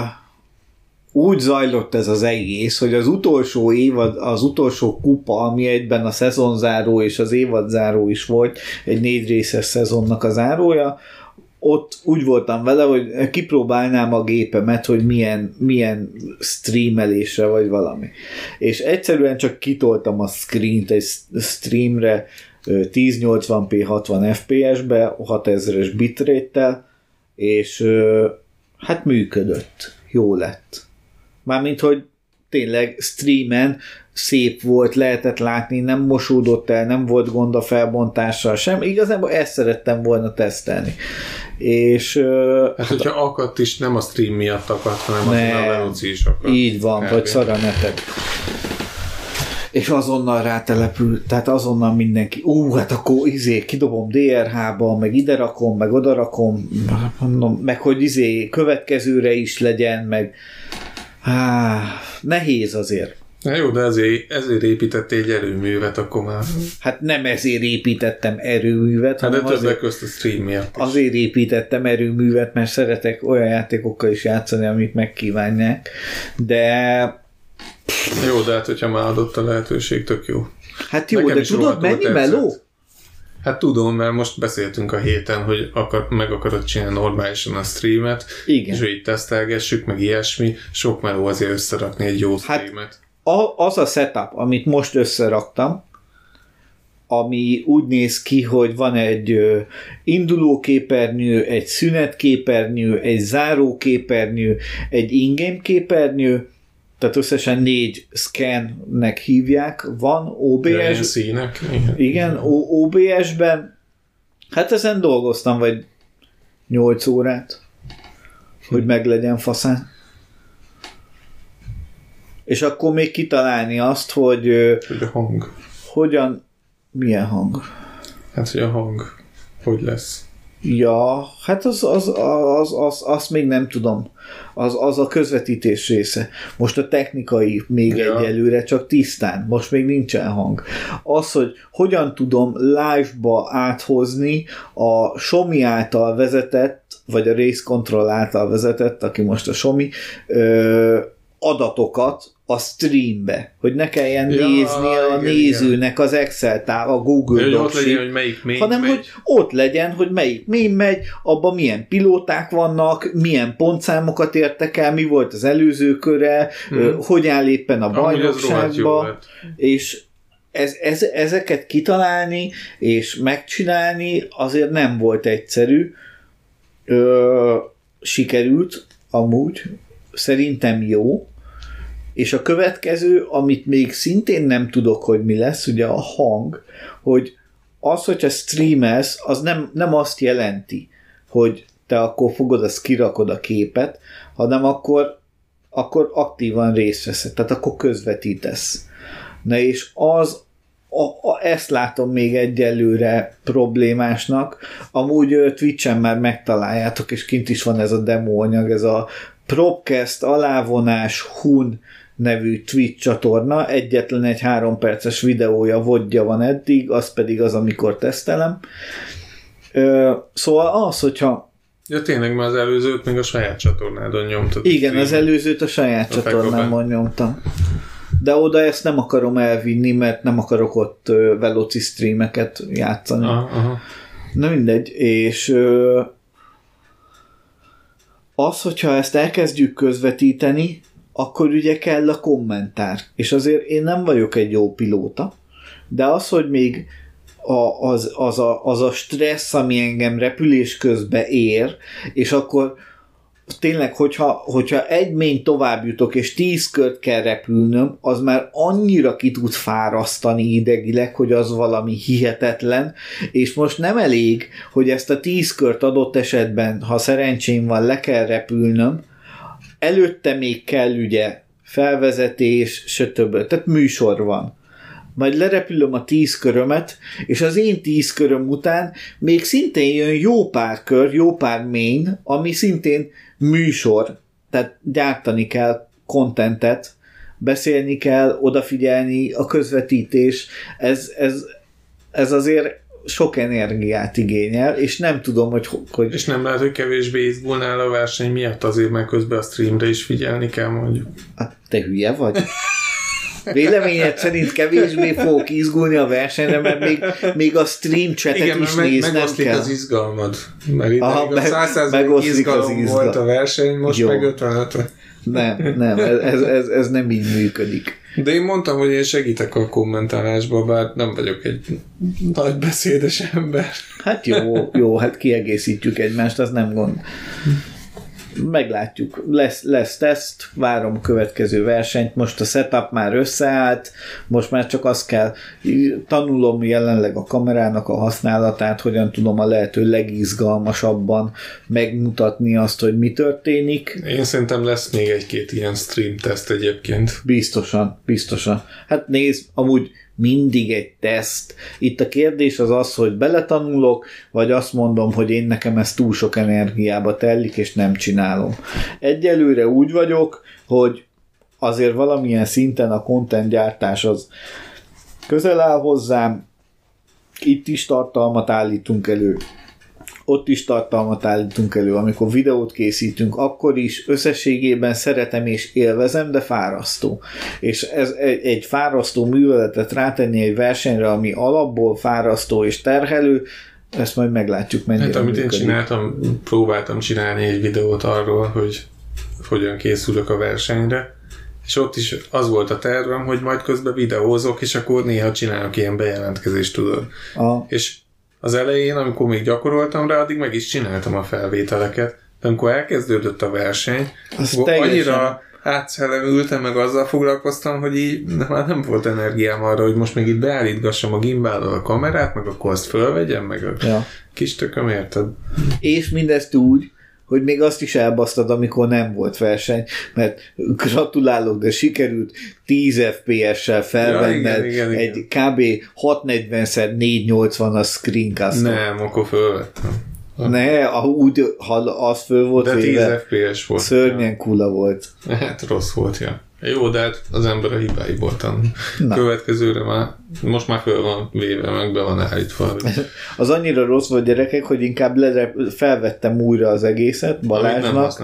Speaker 2: úgy zajlott ez az egész, hogy az utolsó évad, az utolsó kupa, ami egyben a szezonzáró és az évadzáró is volt, egy négy részes szezonnak a zárója, ott úgy voltam vele, hogy kipróbálnám a gépemet, hogy milyen, milyen streamelésre vagy valami. És egyszerűen csak kitoltam a screent egy streamre ezernyolcvan pé hatvan ef pé es-be, hatezres bitrate-tel, és hát működött. Jó lett. Mármint, hogy tényleg streamen szép volt, lehetett látni, nem mosódott el, nem volt gond a felbontással sem. Igazából ezt szerettem volna tesztelni. És...
Speaker 1: Hát, hát hogyha akadt is, nem a stream miatt akadt, hanem ne, a Veloci is akadt.
Speaker 2: Így van, elvén. Vagy szaranetek. És azonnal rátelepült, tehát azonnal mindenki, ú, hát akkor izé, kidobom dé er há-ba, meg ide rakom, meg oda rakom, mondom, meg hogy izé, következőre is legyen, meg Há, nehéz azért.
Speaker 1: Na jó, de ezért, ezért építettél egy erőművet, akkor már...
Speaker 2: Hát nem ezért építettem erőművet,
Speaker 1: hát
Speaker 2: hanem
Speaker 1: de többek
Speaker 2: azért,
Speaker 1: közt a stream miatt is.
Speaker 2: Azért építettem erőművet, mert szeretek olyan játékokkal is játszani, amit megkívánják, de...
Speaker 1: Jó, de hát hogyha már adott a lehetőség, tök jó.
Speaker 2: Hát jó, nekem de tudod menni meló?
Speaker 1: Hát tudom, mert most beszéltünk a héten, hogy akar, meg akarod csinálni normálisan a streamet,
Speaker 2: igen.
Speaker 1: És hogy így tesztelgessük, meg ilyesmi, sok meló azért összerakni egy jó streamet. Hát
Speaker 2: a, az a setup, amit most összeraktam, ami úgy néz ki, hogy van egy ö, indulóképernyő, egy szünetképernyő, egy záróképernyő, egy in-game képernyő, tehát összesen négy scannek hívják, van ó bé es.
Speaker 1: Ja, színek. Igen,
Speaker 2: igen ó bé es-ben. Hát ezen dolgoztam, vagy nyolc órát, hogy meglegyen faszán. És akkor még kitalálni azt, hogy...
Speaker 1: Hogy a hang.
Speaker 2: Hogyan... Milyen hang?
Speaker 1: Hát, hogy a hang. Hogy lesz?
Speaker 2: Ja, hát az, az, az, az, azt még nem tudom. Az, az a közvetítés része. Most a technikai még ja. Egyelőre csak tisztán. Most még nincsen hang. Az, hogy hogyan tudom live-ba áthozni a Xiaomi által vezetett, vagy a Race Control által vezetett, aki most a Xiaomi, ö, adatokat a streambe, hogy ne kelljen ja, nézni a igen, nézőnek igen. Az Excel táv, a Google
Speaker 1: ja, Docs, legyen, hogy melyik mém
Speaker 2: hanem
Speaker 1: megy.
Speaker 2: Hogy ott legyen, hogy melyik mém megy, abban milyen pilóták vannak, milyen pontszámokat értek el, mi volt az előző köre, hmm. hogy áll éppen a bajnokságba, és ez, ez, ezeket kitalálni és megcsinálni azért nem volt egyszerű. Ö, sikerült amúgy, szerintem jó. És a következő, amit még szintén nem tudok, hogy mi lesz, ugye a hang, hogy az, hogyha streamelsz, az nem, nem azt jelenti, hogy te akkor fogod, azt kirakod a képet, hanem akkor, akkor aktívan részt veszed, tehát akkor közvetítesz. Na és az, a, a, ezt látom még egyelőre problémásnak. Amúgy Twitch-en már megtaláljátok, és kint is van ez a demo anyag, ez a Propcast alávonás hun nevű Twitch csatorna, egyetlen egy három perces videója, vodja van eddig, az pedig az, amikor tesztelem. Ö, szóval az, hogyha...
Speaker 1: Ja tényleg, már az előzőt még a saját csatornádon nyomtad.
Speaker 2: Igen, az előzőt a saját a csatornámon nyomtam. De oda ezt nem akarom elvinni, mert nem akarok ott uh, Veloci streameket játszani.
Speaker 1: Aha, aha.
Speaker 2: Na mindegy, és uh, az, hogyha ezt elkezdjük közvetíteni, akkor ugye kell a kommentár. És azért én nem vagyok egy jó pilóta, de az, hogy még a, az, az, a, az a stressz, ami engem repülés közben ér, és akkor tényleg, hogyha, hogyha egy mény tovább jutok, és tíz kört kell repülnöm, az már annyira ki tud fárasztani idegileg, hogy az valami hihetetlen, és most nem elég, hogy ezt a tíz kört adott esetben, ha szerencsém van, le kell repülnöm, előtte még kell ugye felvezetés, stb. Tehát műsor van. Majd lerepülöm a tíz körömet, és az én tíz köröm után még szintén jön jó pár kör, jó pár main, ami szintén műsor, tehát gyártani kell contentet, beszélni kell, odafigyelni, a közvetítés, ez, ez, ez azért sok energiát igényel, és nem tudom, hogy... hogy...
Speaker 1: És nem lehet, hogy kevésbé izgulnál a verseny miatt azért, mert közben a streamre is figyelni kell, mondjuk.
Speaker 2: Hát te hülye vagy? véleményed szerint kevésbé fogok izgulni a versenyre, mert még, még a stream chatet
Speaker 1: igen,
Speaker 2: is
Speaker 1: meg,
Speaker 2: néznem
Speaker 1: megoszlik
Speaker 2: kell.
Speaker 1: az izgalmad. Mert itt
Speaker 2: Aha,
Speaker 1: a száz százalék izgalom
Speaker 2: izgal.
Speaker 1: volt a verseny, most
Speaker 2: Jó.
Speaker 1: meg ötven.
Speaker 2: Nem, nem, ez, ez, ez nem így működik.
Speaker 1: De én mondtam, hogy én segítek a kommentálásba, bár nem vagyok egy nagy beszédes ember.
Speaker 2: Hát jó, jó, hát kiegészítjük egymást, az nem gond. Meglátjuk. Lesz, lesz teszt, várom a következő versenyt, most a setup már összeállt, most már csak azt kell, tanulom jelenleg a kamerának a használatát, hogyan tudom a lehető legizgalmasabban megmutatni azt, hogy mi történik.
Speaker 1: Én szerintem lesz még egy-két ilyen stream teszt egyébként.
Speaker 2: Biztosan, biztosan. Hát nézd, amúgy mindig egy teszt. Itt a kérdés az az, hogy beletanulok, vagy azt mondom, hogy én nekem ez túl sok energiába tellik, és nem csinálom. Egyelőre úgy vagyok, hogy azért valamilyen szinten a content gyártás az közel áll hozzám, itt is tartalmat állítunk elő, ott is tartalmat állítunk elő, amikor videót készítünk, akkor is összességében szeretem és élvezem, de fárasztó. És ez egy, egy fárasztó műveletet rátenni egy versenyre, ami alapból fárasztó és terhelő, ezt majd meglátjuk, mennyire
Speaker 1: Hát amit
Speaker 2: működik.
Speaker 1: én csináltam, próbáltam csinálni egy videót arról, hogy hogyan készülök a versenyre, és ott is az volt a tervem, hogy majd közben videózok, és akkor néha csinálok ilyen bejelentkezést, tudod.
Speaker 2: A...
Speaker 1: És az elején, amikor még gyakoroltam rá, addig meg is csináltam a felvételeket, de amikor elkezdődött a verseny, akkor
Speaker 2: teljesen...
Speaker 1: annyira átszellemültem, meg azzal foglalkoztam, hogy így már nem volt energiám arra, hogy most még itt beállítgassam a gimballal a kamerát, meg akkor azt fölvegyem, meg a
Speaker 2: ja. kis
Speaker 1: tököm, érted?
Speaker 2: És mindezt úgy, hogy még azt is elbasztad, amikor nem volt verseny, mert gratulálok, de sikerült tíz ef pé es-sel felvenned ja, igen, igen, igen. egy kb. hatszáznegyven szer négyszáznyolcvan a screencastot.
Speaker 1: Nem, akkor fölvettem.
Speaker 2: Ne, úgy, ha az föl volt
Speaker 1: de
Speaker 2: véve,
Speaker 1: tíz ef pé es volt.
Speaker 2: Szörnyen ja. Kula volt.
Speaker 1: Hát rossz volt, ja. Jó, de hát az ember a hibáiból tanul. Következőre már, most már föl van véve, meg be van állítva.
Speaker 2: Az annyira rossz volt, gyerekek, hogy inkább le, felvettem újra az egészet Balázsnak.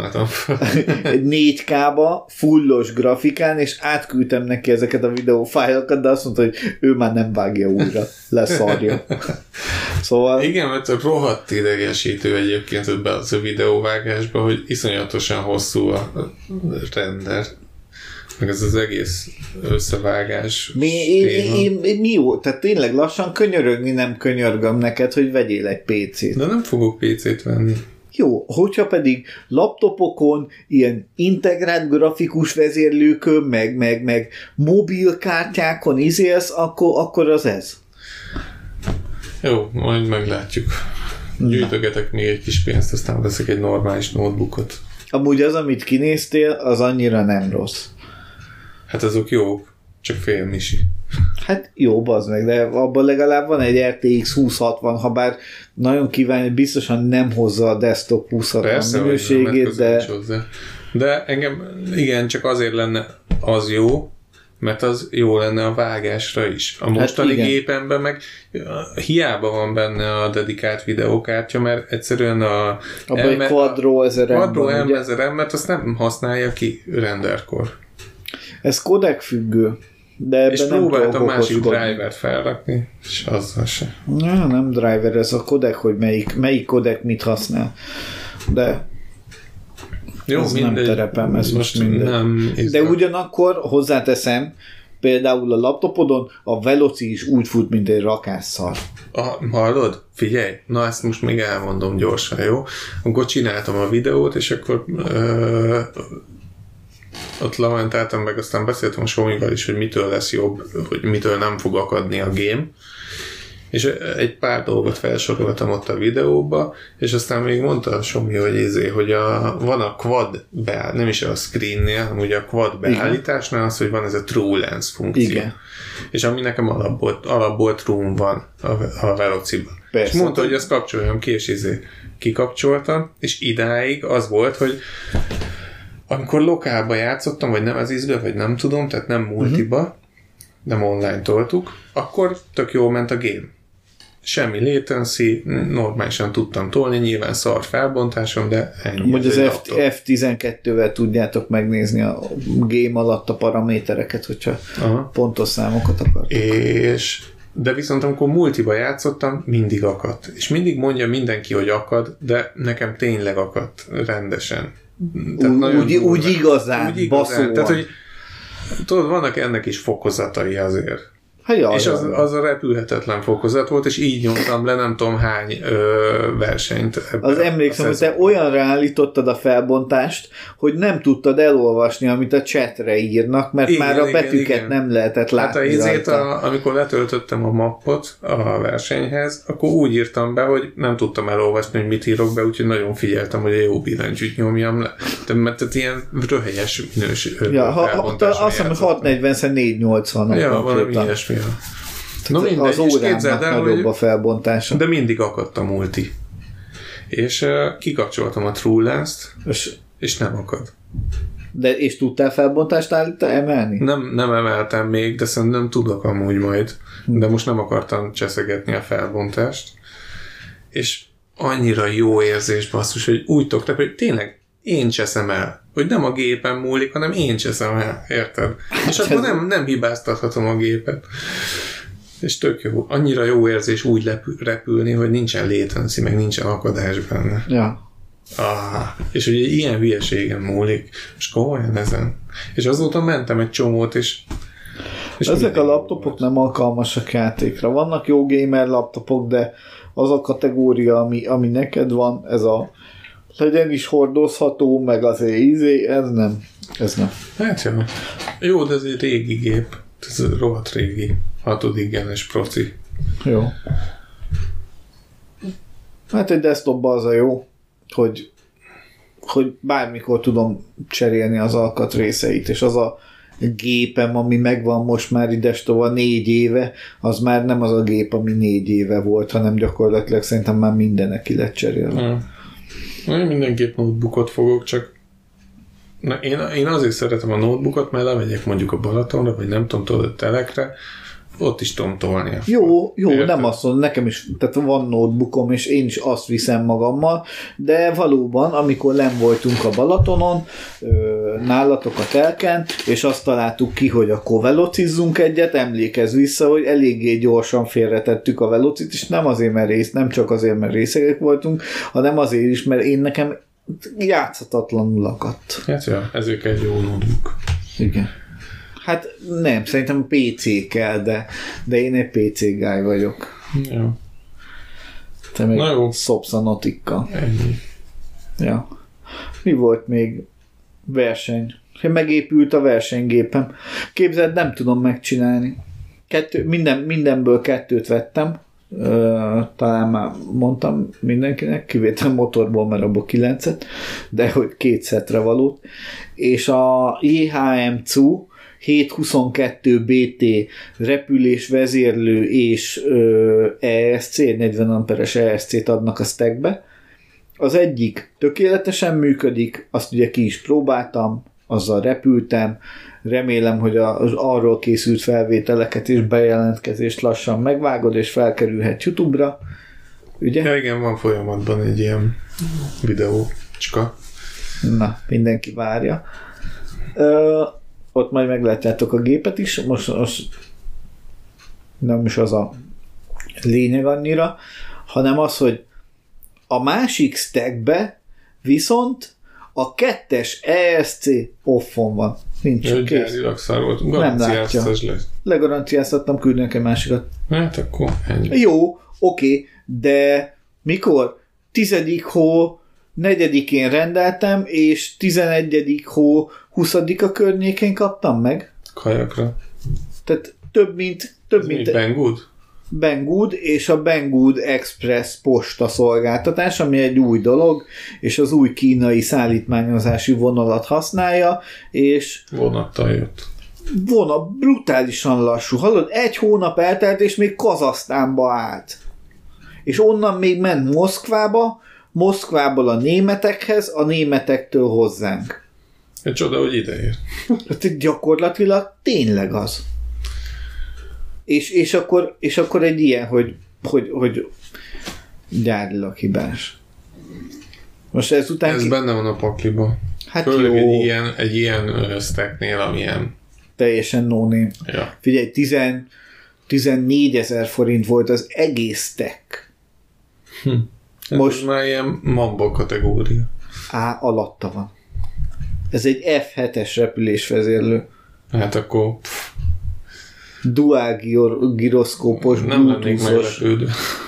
Speaker 2: Egy négy ká-ba, fullos grafikán, és átküldtem neki ezeket a videófájlokat, de azt mondta, hogy ő már nem vágja újra. Leszarja. Szóval...
Speaker 1: Igen, mert a rohadt idegesítő egyébként ebben az a videóvágásban, hogy iszonyatosan hosszú a render. Meg ez az egész összevágás.
Speaker 2: Mi, én, én, én, mi jó? Tehát tényleg lassan könyörögni nem könyörgöm neked, hogy vegyél egy pé cét.
Speaker 1: De nem fogok pé cét venni.
Speaker 2: Jó, hogyha pedig laptopokon ilyen integrált grafikus vezérlőkön, meg, meg, meg mobilkártyákon izélsz, akkor, akkor az ez.
Speaker 1: Jó, majd meglátjuk. Gyűjtögetek még egy kis pénzt, aztán veszek egy normális notebookot.
Speaker 2: Amúgy az, amit kinéztél, az annyira nem rossz.
Speaker 1: Hát azok jók, csak fél misi.
Speaker 2: Hát jó, bazd meg, de abban legalább van egy er té iksz húsz hatvan, ha bár nagyon kívánj, biztosan nem hozza a desktop húsz hatvan
Speaker 1: persze,
Speaker 2: minőségét, de...
Speaker 1: De engem, igen, csak azért lenne az jó, mert az jó lenne a vágásra is. A mostani hát gépemben meg hiába van benne a dedikált videókártya, mert egyszerűen a...
Speaker 2: Abban egy Quadro ezer em
Speaker 1: Quadro em ezer em, mert azt nem használja ki renderkor.
Speaker 2: Ez codec függő. De ebben
Speaker 1: és
Speaker 2: nem
Speaker 1: próbáltam másik drivert felrakni, és azzal se.
Speaker 2: Ja, nem driver, ez a codec, hogy melyik, melyik codec mit használ. De
Speaker 1: jó,
Speaker 2: ez
Speaker 1: mindegy,
Speaker 2: nem terepem, ez most mindegy.
Speaker 1: Nem
Speaker 2: de ugyanakkor hozzáteszem, például a laptopodon a Veloci is úgy fut, mint egy rakásszar.
Speaker 1: Ah, hallod? Figyelj, na ezt most még elmondom gyorsan, jó? Akkor csináltam a videót, és akkor ö, ott lamentáltam meg, aztán beszéltem a Somival is, hogy mitől lesz jobb, hogy mitől nem fog akadni a game. És egy pár dolgot felsoroltam ott a videóba, és aztán még mondta a Somi, hogy, izé, hogy a, van a quad beállítás, nem is a screennél, hanem ugye a quad beállításnál az, hogy van ez a true lens funkció. Igen. És ami nekem alapból, alapból true van a, a Velociban. És mondta, hogy ezt kapcsoljam ki, és izé kikapcsoltam, és idáig az volt, hogy amikor lokálba játszottam, vagy nem az izbe, vagy nem tudom, tehát nem multiba, uh-huh. nem online toltuk, akkor tök jól ment a game. semmi latency, normálisan tudtam tolni, nyilván szar felbontásom, de ennyi.
Speaker 2: Hogy az F tizenkettővel tudjátok megnézni a game alatt a paramétereket, hogyha aha. pontos számokat akartok.
Speaker 1: És de viszont amikor multiba játszottam, mindig akadt. És mindig mondja mindenki, hogy akad, de nekem tényleg akadt rendesen.
Speaker 2: Tehát úgy, úgy, úgy igazán, úgy igazán.
Speaker 1: Tehát, hogy tudod, vannak ennek is fokozatai azért.
Speaker 2: Hát jaj,
Speaker 1: és az, az a repülhetetlen fokozat volt, és így nyomtam le nem tudom hány ö, versenyt.
Speaker 2: Az emlékszem, hogy te olyanra állítottad a felbontást, hogy nem tudtad elolvasni, amit a chatre írnak, mert igen, már a betűket igen, igen. nem lehetett látni.
Speaker 1: Hát a izét, a, amikor letöltöttem a mappot a versenyhez, akkor úgy írtam be, hogy nem tudtam elolvasni, hogy mit írok be, úgyhogy nagyon figyeltem, hogy a jó billentyűt nyomjam le. Mert tehát ilyen röhelyes minőség.
Speaker 2: Ja, ha, ha, azt hiszem, hogy hatszáznegyven négyszáznyolcvan.
Speaker 1: Ja, valami ilyesmi. No, mindegy,
Speaker 2: az órának nagyobb a felbontása.
Speaker 1: De mindig akadt a multi. És uh, kikapcsoltam a True Lens-t, és, és nem akad.
Speaker 2: De és tudtál felbontást állítani, emelni?
Speaker 1: Nem, nem emeltem még, de szerintem tudok amúgy majd. De most nem akartam cseszegetni a felbontást. És annyira jó érzés, basszus, hogy úgy toktak, hogy tényleg én cseszem el. Hogy nem a gépen múlik, hanem én cseszem el. Érted? És akkor nem, nem hibáztathatom a gépet. És tök jó. Annyira jó érzés úgy lepül, repülni, hogy nincsen latency, meg nincsen akadás benne.
Speaker 2: Ja.
Speaker 1: Ah, és ugye ilyen hülyeségen múlik. És komolyan ezen. És azóta mentem egy csomót, és... és
Speaker 2: ezek a laptopok volt. Nem alkalmasak játékra. Vannak jó gamer laptopok, de az a kategória, ami, ami neked van, ez a legyen is hordozható, meg azért ízé, ez nem. Ez nem.
Speaker 1: Hát jó. Jó, de ez egy régi gép. Ez rohadt régi. Hatodik genes proci.
Speaker 2: Jó. Hát egy desktopban az a jó, hogy, hogy bármikor tudom cserélni az alkatrészeit, és az a gépem, ami megvan most már idestova négy éve, az már nem az a gép, ami négy éve volt, hanem gyakorlatilag szerintem már mindenek ki lett cserélve.
Speaker 1: Hmm. Én mindenképp notebookot fogok, csak na, én, én azért szeretem a notebookot, mert lemegyek mondjuk a Balatonra, vagy nem tudom, tudod, a telekre, ott is tudom tolni.
Speaker 2: Jó, jó, érted? Nem azt mondom, nekem is, tehát van notebookom, és én is azt viszem magammal, de valóban, amikor nem voltunk a Balatonon, nálatok a telken, és azt találtuk ki, hogy akkor velocizzunk egyet, emlékezz vissza, hogy eléggé gyorsan félretettük a velocit, és nem azért, mert rész, nem csak azért, mert részegek voltunk, hanem azért is, mert én nekem játszhatatlanul akadt.
Speaker 1: Hát ja, ezért egy jó notebook.
Speaker 2: Igen. Hát nem, szerintem pé cé kell, de, de én egy pé cé guy vagyok.
Speaker 1: Jó.
Speaker 2: Te még szopsz a notikkal.
Speaker 1: Ennyi.
Speaker 2: Ja. Mi volt még? Verseny. Megépült a versenygépem. Képzeld, nem tudom megcsinálni. Kettő, minden, mindenből kettőt vettem. Ö, talán már mondtam mindenkinek, kivétel motorból, mert abból kilencet, de hogy két szetre valót. És a jé há em cé u hétszázhuszonkettő bé té repülés vezérlő és ö, e es cé, negyven amperes e es cét adnak a stackbe. Az egyik tökéletesen működik, azt ugye ki is próbáltam, azzal repültem, remélem, hogy az arról készült felvételeket és bejelentkezést lassan megvágod, és felkerülhet YouTube-ra. Ugye?
Speaker 1: Ja, igen, van folyamatban egy ilyen videócska.
Speaker 2: Na, mindenki várja. Ö, ott majd meglátjátok a gépet is, most, most nem is az a lényeg annyira, hanem az, hogy a másik stackbe viszont a kettes e es cé offon van. Nincs
Speaker 1: ja, kész.
Speaker 2: Nem látja. Legaranciáztattam, küldni nekem másikat.
Speaker 1: Hát akkor ennyi.
Speaker 2: Jó, oké, de mikor? Tizedik hó negyedikén rendeltem, és tizenegyedik hó huszadika környékén kaptam meg.
Speaker 1: Kajakra.
Speaker 2: Tehát több mint... Több
Speaker 1: Ez
Speaker 2: mint
Speaker 1: Banggood?
Speaker 2: Banggood és a Banggood Express posta szolgáltatás, ami egy új dolog, és az új kínai szállítmányozási vonalat használja, és...
Speaker 1: Vonattal jött.
Speaker 2: Vonat brutálisan lassú. Hallod, egy hónap eltelt, és még Kazahsztánba állt. És onnan még ment Moszkvába, Moszkvából a németekhez, a németektől hozzánk.
Speaker 1: Egy csoda, hogy ideér.
Speaker 2: Hát gyakorlatilag tényleg az. És, és, akkor, és akkor egy ilyen, hogy hogy, hogy gyárilag hibás. Most ezután...
Speaker 1: Ez ki... benne van a pakliban.
Speaker 2: Hát
Speaker 1: főleg
Speaker 2: jó.
Speaker 1: egy ilyen, egy ilyen stacknél, amilyen...
Speaker 2: Teljesen no-name.
Speaker 1: Ja.
Speaker 2: Figyelj, tíz, tizennégyezer forint volt az egész stack.
Speaker 1: Hm. Most már ilyen Mamba kategória.
Speaker 2: Á, alatta van. Ez egy ef hetes repülésvezérlő.
Speaker 1: Hát akkor... Pff.
Speaker 2: Dual gyro- gyroszkópos,
Speaker 1: nem lennék
Speaker 2: bluetoothos.
Speaker 1: meglepődő.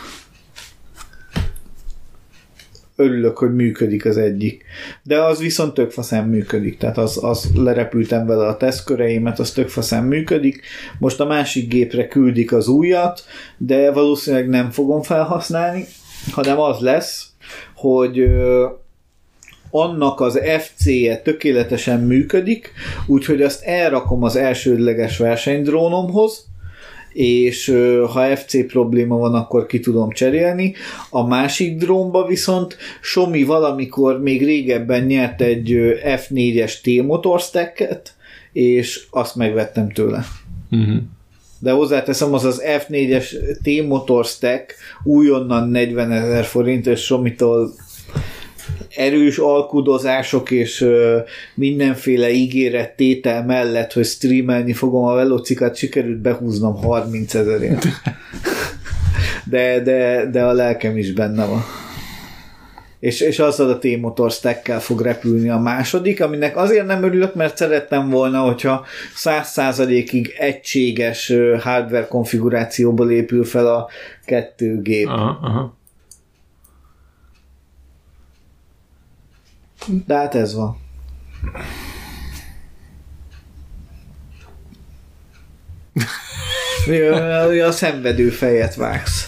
Speaker 2: Örülök, hogy működik az egyik. De az viszont tök faszán működik. Tehát az, az lerepültem vele a tesztköreimet, az tök faszán működik. Most a másik gépre küldik az újat, de valószínűleg nem fogom felhasználni, hanem az lesz, hogy ö, annak az ef cé-je tökéletesen működik, úgyhogy azt elrakom az elsődleges versenydrónomhoz, és ö, ha ef cé probléma van, akkor ki tudom cserélni. A másik drónba viszont Xiaomi valamikor még régebben nyert egy ö, ef négyes T-motor stacket, és azt megvettem tőle.
Speaker 1: Uh-huh.
Speaker 2: De hozzáteszem, az az ef négyes T-motor stack újonnan negyvenezer forint, és Xiaomi-tól erős alkudozások és ö, mindenféle ígéret tétel mellett, hogy streamelni fogom a velocikat, sikerült behúznom harmincezerért. De, de, de a lelkem is benne van. És, és azzal a T-motor stackkel fog repülni a második, aminek azért nem örülök, mert szerettem volna, hogyha száz százalékig egységes hardware konfigurációból épül fel a kettő gép.
Speaker 1: Aha, aha.
Speaker 2: De hát ez van. A szenvedő fejet vágsz.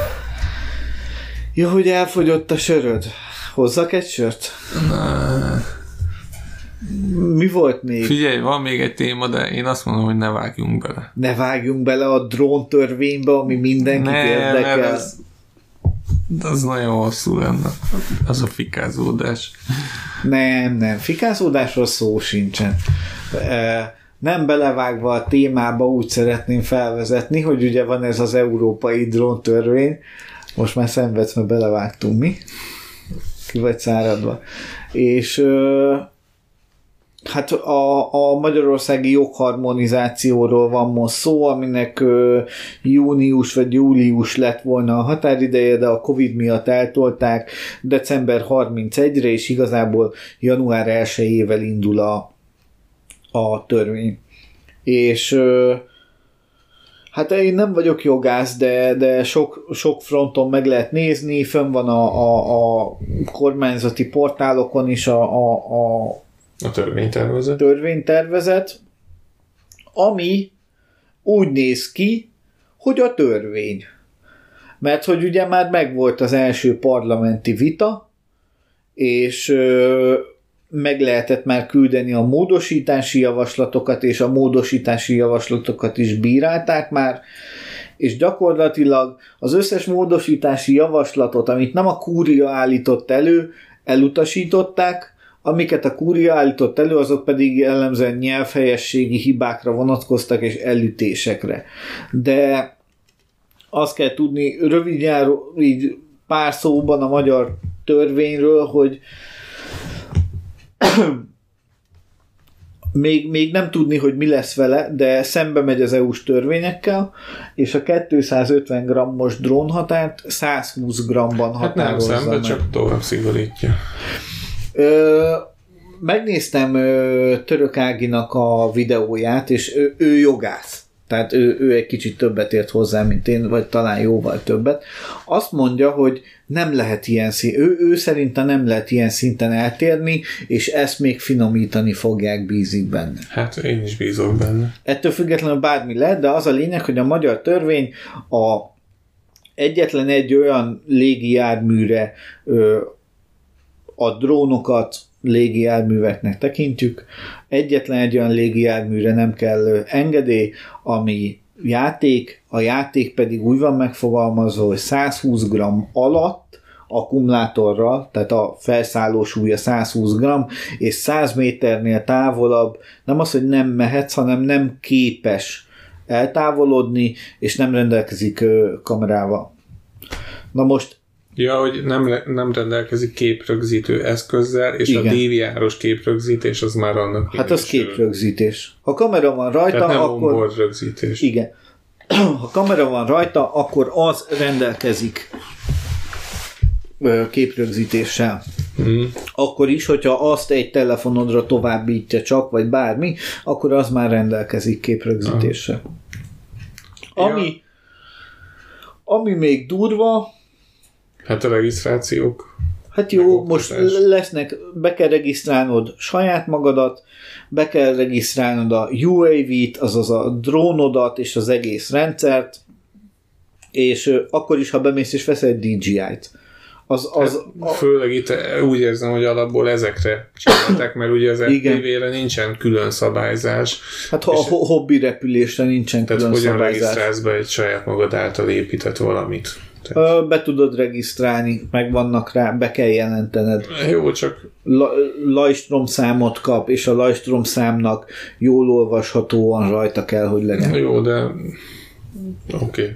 Speaker 2: Jó, hogy elfogyott a söröd. Hozzak egy sört?
Speaker 1: Na.
Speaker 2: Mi volt még?
Speaker 1: Figyelj, van még egy téma, de én azt mondom, hogy ne vágjunk bele.
Speaker 2: Ne vágjunk bele a dróntörvénybe, ami mindenkit
Speaker 1: ne,
Speaker 2: érdekel.
Speaker 1: Mert ez, az nagyon hosszú lenne. Az a fikázódás.
Speaker 2: Nem, nem. Fikázódásról szó sincsen. Nem belevágva a témába úgy szeretném felvezetni, hogy ugye van ez az európai dróntörvény. Most már szenvedsz, mert belevágtunk, mi? Ki vagy száradva. És hát a, a magyarországi jogharmonizációról van most szó, aminek ö, június vagy július lett volna a határideje, de a Covid miatt eltolták december harmincegyedikére, és igazából január elsejével indul a, a törvény. És ö, hát én nem vagyok jogász, de, de sok, sok fronton meg lehet nézni, fönn van a, a, a kormányzati portálokon is a, a, a
Speaker 1: A törvénytervezet.
Speaker 2: törvénytervezet, ami úgy néz ki, hogy a törvény. Mert hogy ugye már megvolt az első parlamenti vita, és ö, meg lehetett már küldeni a módosítási javaslatokat, és a módosítási javaslatokat is bírálták már, és gyakorlatilag az összes módosítási javaslatot, amit nem a kúria állított elő, elutasították, amiket a kúria állított elő, azok pedig jellemzően nyelvhelyességi hibákra vonatkoztak és elütésekre. De azt kell tudni rövidjára, így pár szóban a magyar törvényről, hogy még, még nem tudni, hogy mi lesz vele, de szembe megy az é u-s törvényekkel, és a kétszázötven grammos drónhatárt száz húsz grammban határozza.
Speaker 1: Hát nem szembe,
Speaker 2: meg.
Speaker 1: csak tovább szigorítja.
Speaker 2: Ö, megnéztem ö, Török Áginak a videóját, és ő, ő jogász. Tehát ő, ő egy kicsit többet ért hozzá, mint én, vagy talán jóval többet. Azt mondja, hogy nem lehet ilyen szinten, ő, ő szerinte nem lehet ilyen szinten eltérni, és ezt még finomítani fogják, bízik benne.
Speaker 1: Hát én is bízok benne.
Speaker 2: Ettől függetlenül bármi lehet, de az a lényeg, hogy a magyar törvény a egyetlen egy olyan légi járműre ö, a drónokat légijárműveknek tekintjük. Egyetlen egy olyan légijárműre nem kell engedély, ami játék, a játék pedig úgy van megfogalmazva, hogy száz húsz gramm alatt akkumulátorral, tehát a felszálló súlya száz húsz gramm, és száz méternél távolabb nem az, hogy nem mehetsz, hanem nem képes eltávolodni, és nem rendelkezik kamerával. Na most
Speaker 1: ja, hogy nem, nem rendelkezik képrögzítő eszközzel, és igen. A dé vé er-os képrögzítés az már annak...
Speaker 2: Hát az képrögzítés. Ha kamera van rajta,
Speaker 1: tehát nem
Speaker 2: akkor...
Speaker 1: onboard rögzítés.
Speaker 2: Igen. Ha kamera van rajta, akkor az rendelkezik képrögzítéssel. Mm. Akkor is, hogyha azt egy telefonodra továbbítja csak, vagy bármi, akkor az már rendelkezik képrögzítéssel. Ja. Ami, ami még durva,
Speaker 1: hát a regisztrációk.
Speaker 2: Hát jó, most lesznek, be kell regisztrálnod saját magadat, be kell regisztrálnod a u á vé-t, azaz a drónodat és az egész rendszert, és akkor is, ha bemész és veszel egy dé dzsé í-t. Az, az,
Speaker 1: hát, főleg itt úgy érzem, hogy alapból ezekre csinálták, mert ugye az ef pé vé-re nincsen külön szabályzás.
Speaker 2: Hát ha a hobbi repülésre nincsen külön szabályzás.
Speaker 1: Tehát hogyan regisztrálsz be egy saját magad által épített valamit?
Speaker 2: Tehát... Be tudod regisztrálni, meg vannak rá, be kell jelentened.
Speaker 1: Jó, csak...
Speaker 2: La, Lajstrom számot kap, és a Lajstrom számnak jól olvashatóan rajta kell, hogy legyen.
Speaker 1: Jó, de... Oké. Okay.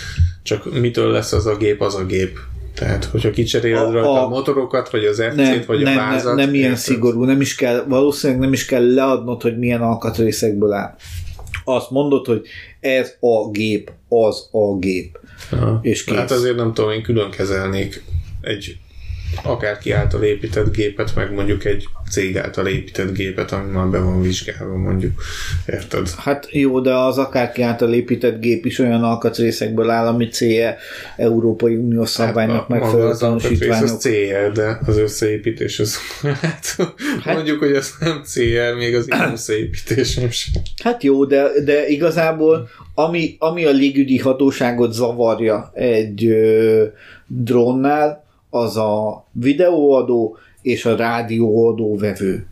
Speaker 1: Csak mitől lesz az a gép, az a gép? Tehát, hogyha kicseréled rajta a, a motorokat, vagy az ef cét, vagy
Speaker 2: nem,
Speaker 1: a vázat...
Speaker 2: Nem, nem ilyen szigorú, nem is kell, valószínűleg nem is kell leadnod, hogy milyen alkatrészekből áll. Azt mondod, hogy ez a gép, az a gép.
Speaker 1: Aha. És kész. Hát azért nem tudom, én külön kezelnék egy akárki által épített gépet, meg mondjuk egy cég által épített gépet, ami már be van vizsgálva, mondjuk. Érted?
Speaker 2: Hát jó, de az akárki által épített gép is olyan alkatrészekből áll, ami célja Európai Uniós szabálynak hát megfelelő tanúsítványok.
Speaker 1: Az cé er, de az összeépítés az, hát, hát mondjuk, hogy ez nem cé er, még az összeépítés sem.
Speaker 2: Hát jó, de, de igazából ami, ami a légügyi hatóságot zavarja egy ö, drónnál, az a videóadó és a rádióadó vevő.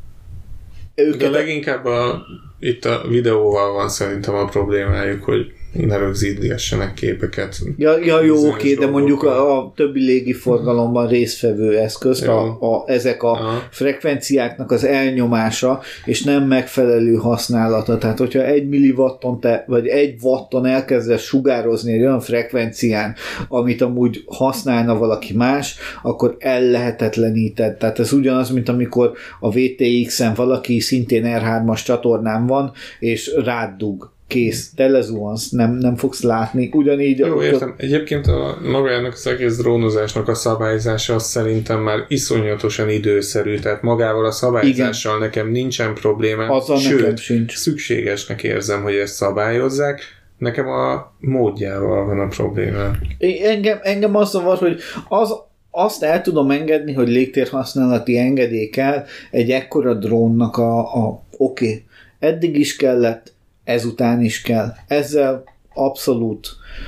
Speaker 1: Őket de leginkább a, itt a videóval van szerintem a problémájuk, hogy ne rögzítgessenek képeket.
Speaker 2: Ja, ja jó, oké, de mondjuk a, a többi légiforgalomban résztvevő eszközt, a, a, ezek a Aha. frekvenciáknak az elnyomása és nem megfelelő használata. Tehát, hogyha egy milliwatton te, vagy egy watton elkezdesz sugározni egy olyan frekvencián, amit amúgy használna valaki más, akkor ellehetetleníted. Tehát ez ugyanaz, mint amikor a vé té iksz-en valaki szintén er hármas csatornán van, és rád dug. Kész, te lezuhansz, nem, nem fogsz látni. Ugyanígy...
Speaker 1: Jó, értem. Egyébként a magának az egész drónozásnak a szabályzása az szerintem már iszonyatosan időszerű, tehát magával a szabályzással igen. nekem nincsen problémám.
Speaker 2: Azzal
Speaker 1: sőt,
Speaker 2: nekem sincs.
Speaker 1: Szükségesnek érzem, hogy ezt szabályozzák. Nekem a módjával van a problémám.
Speaker 2: Engem, engem az zavar, hogy az azt el tudom engedni, hogy légtérhasználati engedély kell egy ekkora drónnak a, a oké, okay, eddig is kellett, ezután is kell. Ezzel abszolút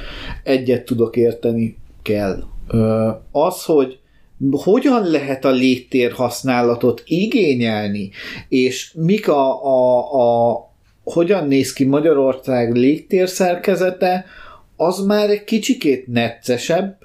Speaker 2: egyet tudok érteni, kell. Az, hogy hogyan lehet a légtér használatot igényelni, és mik a, a, a hogyan néz ki Magyarország légtér szerkezete, az már egy kicsikét neccesebb,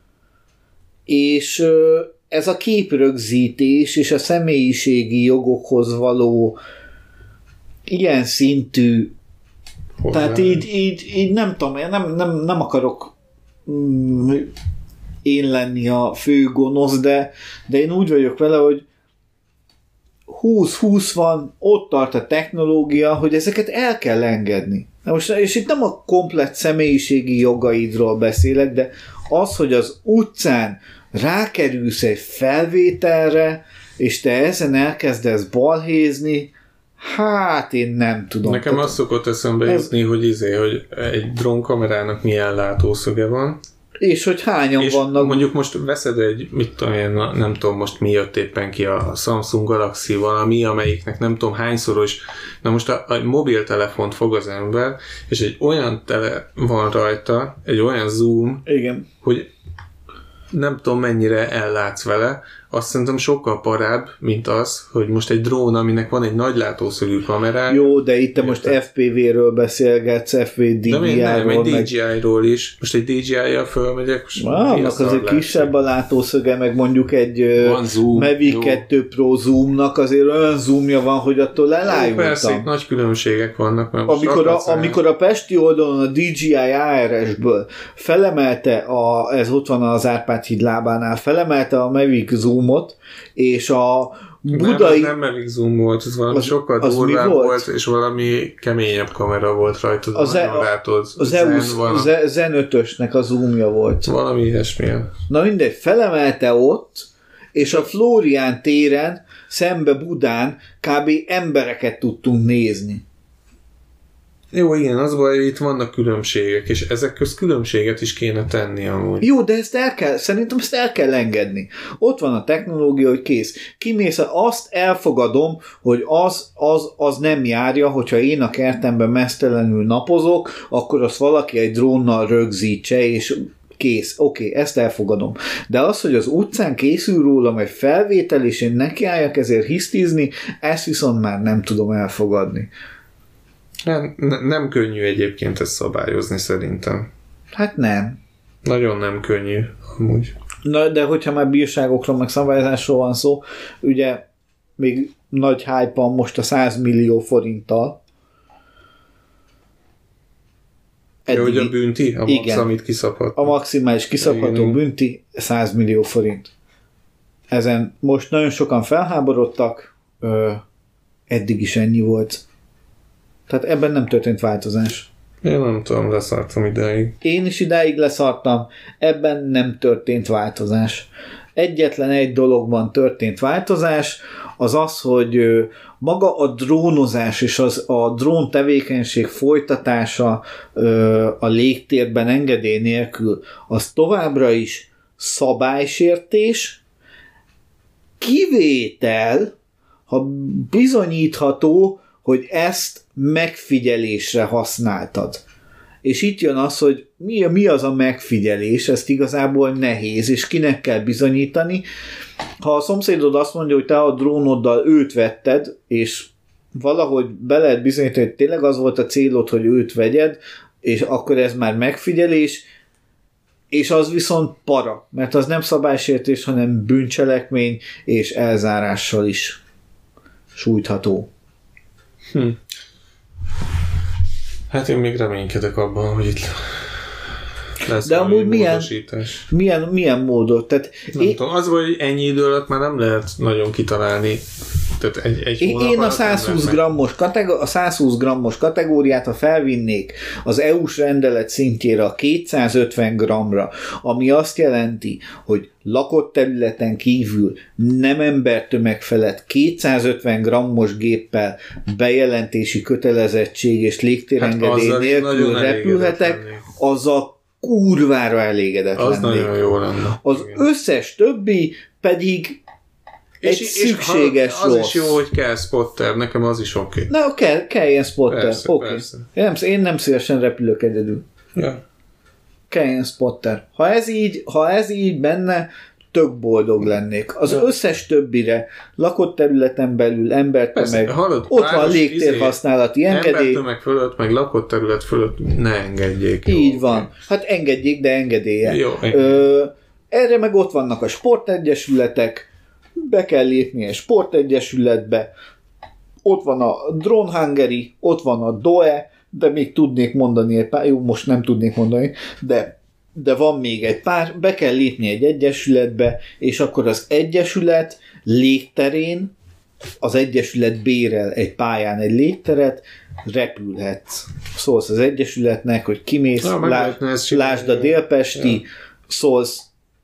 Speaker 2: és ez a képrögzítés és a személyiségi jogokhoz való ilyen szintű Hozzá. Tehát így, így, így nem tudom, nem, nem, nem akarok mm, én lenni a fő gonosz, de, de én úgy vagyok vele, hogy húsz-húsz van, ott tart a technológia, hogy ezeket el kell engedni. Na most, és itt nem a komplett személyiségi jogaidról beszélek, de az, hogy az utcán rákerülsz egy felvételre, és te ezen elkezdesz balhézni, hát én nem tudom.
Speaker 1: Nekem Tehát, azt szokott eszembe ez... jutni, hogy izé, hogy egy drónkamerának milyen látószöge van.
Speaker 2: És hogy hányan és vannak.
Speaker 1: Mondjuk most veszed egy, mit tudom én, nem tudom most mi jött éppen ki a Samsung Galaxy valami, amelyiknek nem tudom hányszoros, na most a, a mobiltelefont fog az ember, és egy olyan tele van rajta, egy olyan zoom,
Speaker 2: igen.
Speaker 1: hogy nem tudom mennyire ellátsz vele, azt szerintem sokkal parább, mint az, hogy most egy drón, aminek van egy nagy látószögű kamerája.
Speaker 2: Jó, de itt te most ef pé vé-ről beszélgetsz, ef pé dé jé í-ról.
Speaker 1: Nem, egy dé dzsé í-ról is. Most egy dé dzsé í-jal fölmegyek.
Speaker 2: Annak azért kisebb a látószöge, meg mondjuk egy Mavic kettő Pro zoomnak azért olyan zoomja van, hogy attól elájultam.
Speaker 1: Persze, nagy különbségek vannak. Mert
Speaker 2: amikor, a, amikor a pesti oldalon a dé dzsé í á er es-ből felemelte, a, ez ott van az Árpád Árpád-híd lábánál felemelte a Mavic Zoomot, és a budai...
Speaker 1: Nem, nem Mavic Zoom volt, ez valami az, sokkal
Speaker 2: az
Speaker 1: durvább volt? volt, és valami keményebb kamera volt rajta.
Speaker 2: Az, e, látod, az Zen, Zen, Zen ötösnek a zoomja volt.
Speaker 1: Valami ilyesmi.
Speaker 2: Na mindegy, felemelte ott, és a Flórián téren szembe Budán kb. Embereket tudtunk nézni.
Speaker 1: Jó, igen, az baj, hogy itt vannak különbségek, és ezek közt különbséget is kéne tenni amúgy.
Speaker 2: Jó, de ezt el kell, szerintem ezt el kell engedni. Ott van a technológia, hogy kész. Kimész, azt elfogadom, hogy az, az, az nem járja, hogyha én a kertemben meztelenül napozok, akkor azt valaki egy drónnal rögzítse, és kész. Oké, okay, ezt elfogadom. De az, hogy az utcán készül rólam egy felvétel, és én nekiálljak ezért hisztizni, ezt viszont már nem tudom elfogadni.
Speaker 1: Nem, nem könnyű egyébként ezt szabályozni szerintem.
Speaker 2: Hát nem.
Speaker 1: Nagyon nem könnyű, amúgy.
Speaker 2: Na, de hogyha már bírságokról, meg szabályozásról van szó, ugye még nagy hype van most a száz millió forinttal.
Speaker 1: Eddig, hogy a bünti? A max,
Speaker 2: igen,
Speaker 1: amit kiszabhat.
Speaker 2: A maximális kiszabható bünti száz millió forint. Ezen most nagyon sokan felháborodtak, ö, eddig is ennyi volt. Tehát ebben nem történt változás.
Speaker 1: Én nem tudom, leszartam idáig.
Speaker 2: Én is idáig leszartam, ebben nem történt változás. Egyetlen egy dologban történt változás, az az, hogy maga a drónozás és az, a drón tevékenység folytatása a légtérben engedély nélkül, az továbbra is szabálysértés, kivétel, ha bizonyítható, hogy ezt megfigyelésre használtad. És itt jön az, hogy mi, mi az a megfigyelés, ezt igazából nehéz, és kinek kell bizonyítani. Ha a szomszédod azt mondja, hogy te a drónoddal őt vetted, és valahogy be lehet bizonyítani, hogy tényleg az volt a célod, hogy őt vegyed, és akkor ez már megfigyelés, és az viszont para, mert az nem szabálysértés, hanem bűncselekmény, és elzárással is sújtható.
Speaker 1: Hm. Hát én még reménykedek abban, hogy itt lesz.
Speaker 2: De amúgy milyen, milyen, milyen módot? Tehát
Speaker 1: nem én... tudom, az vagy, hogy ennyi idő alatt már nem lehet nagyon kitalálni. Tehát egy, egy
Speaker 2: én, én a száz húsz grammos, kategó- a száz húsz grammos kategóriát, ha felvinnék az é u-s rendelet szintjére a kétszázötven grammra, ami azt jelenti, hogy lakott területen kívül nem embertömeg felett kétszázötven grammos géppel bejelentési kötelezettség és légtérengedély hát nélkül repülhetek, az a kurvára elégedett
Speaker 1: az
Speaker 2: lennék.
Speaker 1: Nagyon jó lenne.
Speaker 2: Az igen. Összes többi pedig egy és, szükséges
Speaker 1: és az rossz. Is jó, hogy kell spotter, nekem az is oké. Okay.
Speaker 2: Na, kell, kelljen spotter, oké. Okay. Én nem szívesen repülök egyedül.
Speaker 1: Ja.
Speaker 2: Kelljen spotter. Ha ez így, ha ez így benne, tök boldog lennék. Az ja. összes többire, lakott területen belül, embertömeg, ott van légtérhasználati engedély.
Speaker 1: Embertömeg fölött, meg lakott terület fölött ne engedjék.
Speaker 2: Így
Speaker 1: jó,
Speaker 2: van.
Speaker 1: Okay.
Speaker 2: Hát engedjék, de engedélye.
Speaker 1: Jó,
Speaker 2: Ö, erre meg ott vannak a sportegyesületek, be kell lépni egy sportegyesületbe, ott van a Drone Hungary, ott van a dé o e, de még tudnék mondani egy pár, jó, most nem tudnék mondani, de, de van még egy pár, be kell lépni egy egyesületbe, és akkor az egyesület légterén, az egyesület bérel egy pályán egy légteret, repülhetsz. Szólsz az egyesületnek, hogy kimész,
Speaker 1: Na,
Speaker 2: lásd, lásd a Délpesti, ja. szólsz,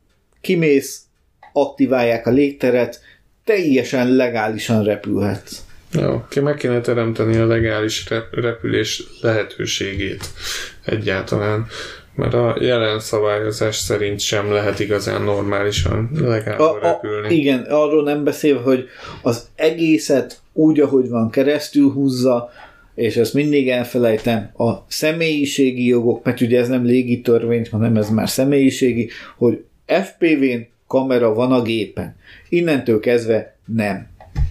Speaker 2: kimész, aktiválják a légteret, teljesen legálisan repülhetsz.
Speaker 1: Jó, meg kéne teremteni a legális repülés lehetőségét egyáltalán, mert a jelen szabályozás szerint sem lehet igazán normálisan legálisan repülni.
Speaker 2: Igen, arról nem beszélve, hogy az egészet úgy, ahogy van, keresztül húzza, és ezt mindig elfelejtem, a személyiségi jogok, mert ugye ez nem légitörvény, hanem ez már személyiségi, hogy ef pé vén kamera van a gépen. Innentől kezdve nem.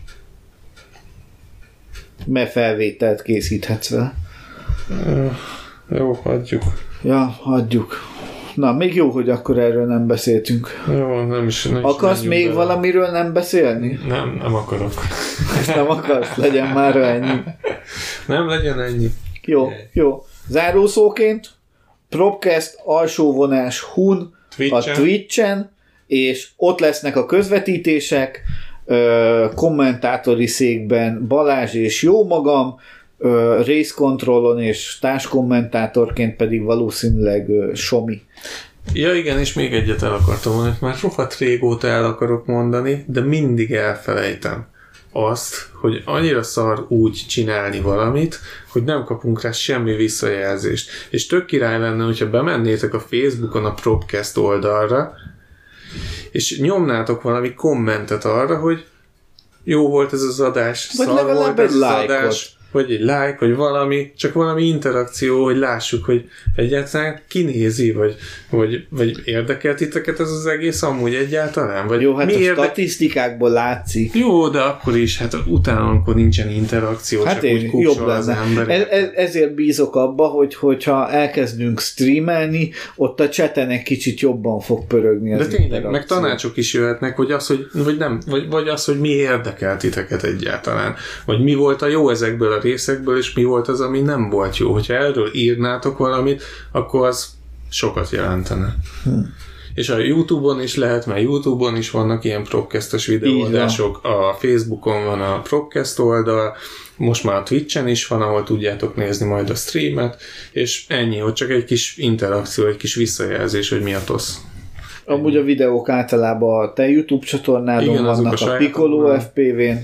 Speaker 2: Mert felvételt készíthetsz vele.
Speaker 1: Jó, hagyjuk.
Speaker 2: Ja, hagyjuk. Na, még jó, hogy akkor erről nem beszéltünk.
Speaker 1: Jó, nem is. Nem
Speaker 2: akarsz
Speaker 1: is
Speaker 2: még
Speaker 1: bele.
Speaker 2: valamiről nem beszélni?
Speaker 1: Nem, nem akarok.
Speaker 2: Ezt nem akarsz, legyen már ennyi.
Speaker 1: Nem, legyen ennyi.
Speaker 2: Jó, jó. Zárószóként Propcast alsóvonás hun
Speaker 1: Twitch-en.
Speaker 2: a Twitch-en, és ott lesznek a közvetítések, kommentátori székben Balázs és jó magam, race controlon és társkommentátorként pedig valószínűleg Somi.
Speaker 1: Ja igen, és még egyet el akartam mondani, már rohadt régóta el akarok mondani, de mindig elfelejtem azt, hogy annyira szar úgy csinálni valamit, hogy nem kapunk rá semmi visszajelzést. És tök király lenne, hogyha bemennétek a Facebookon a Propcast oldalra, és nyomnátok valami kommentet arra, hogy jó volt ez az adás,
Speaker 2: vagy
Speaker 1: szar volt ez az
Speaker 2: like-ot.
Speaker 1: adás, vagy egy like, vagy valami, csak valami interakció, hogy lássuk, hogy egyáltalán kinézi, vagy, vagy, vagy érdekelt titeket ez az egész amúgy egyáltalán? Vagy
Speaker 2: jó, hát
Speaker 1: mi
Speaker 2: a
Speaker 1: érde...
Speaker 2: statisztikákból látszik.
Speaker 1: Jó, de akkor is, hát utána, amikor nincsen interakció,
Speaker 2: hát
Speaker 1: csak
Speaker 2: én,
Speaker 1: úgy kuksol az ember.
Speaker 2: Ez, ez, ezért bízok abba, hogy hogyha elkezdünk streamelni, ott a chaten egy kicsit jobban fog pörögni az
Speaker 1: de tényleg,
Speaker 2: interakció.
Speaker 1: meg tanácsok is jöhetnek, hogy az, hogy, vagy, nem, vagy, vagy az, hogy mi érdekelt titeket egyáltalán. Vagy mi volt a jó ezekből a részekből, és mi volt az, ami nem volt jó. Hogyha erről írnátok valamit, akkor az sokat jelentene. Hm. És a YouTube-on is lehet, mert YouTube-on is vannak ilyen Propcast-es videóadások, a Facebookon van a Propcast oldal, most már a Twitch-en is van, ahol tudjátok nézni majd a streamet, és ennyi, hogy csak egy kis interakció, egy kis visszajelzés, hogy mi a tosz.
Speaker 2: Amúgy a videók általában a te YouTube csatornádon igen, vannak, a, a Piccolo ef pé vén.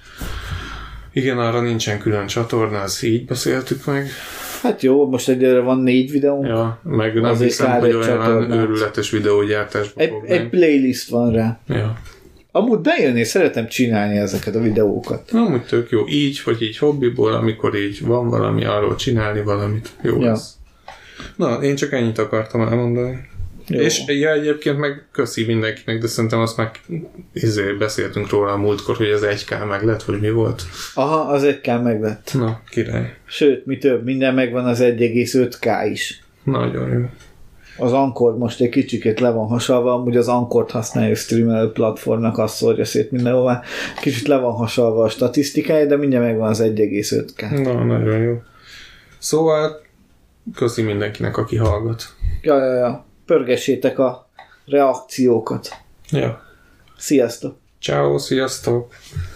Speaker 1: Igen, arra nincsen külön csatorna, az így beszéltük meg.
Speaker 2: Hát jó, most egyre van négy videónk.
Speaker 1: Ja, meg nem hiszem, hogy olyan őrületes videógyártásba
Speaker 2: egy,
Speaker 1: fog
Speaker 2: egy playlist van rá.
Speaker 1: Ja.
Speaker 2: Amúgy bejön, és szeretem csinálni ezeket a videókat.
Speaker 1: Amúgy tök jó. Így, vagy így hobbiból, amikor így van valami, arról csinálni valamit. Jó ja. lesz. Na, én csak ennyit akartam elmondani. Jó. És ja, egyébként meg köszi mindenkinek, de szerintem azt már izé, beszéltünk róla a múltkor, hogy az egy ká meg lett, vagy mi volt?
Speaker 2: Aha, az egy ká meg lett.
Speaker 1: Na, király.
Speaker 2: Sőt, mi több, minden megvan az egy egész öt ká is.
Speaker 1: Nagyon jó.
Speaker 2: Az Anchor most egy kicsikét le van hasalva, amúgy az Anchort használja streamelő platformnak, azt szórja szét mindenhová. Kicsit le van hasalva a statisztikája, de mindjárt megvan az egy egész öt ká.
Speaker 1: Na, nagyon jó. Szóval köszi mindenkinek, aki hallgat.
Speaker 2: Ja, ja, ja. Pörgessétek a reakciókat.
Speaker 1: Ja.
Speaker 2: Sziasztok!
Speaker 1: Ciao, sziasztok!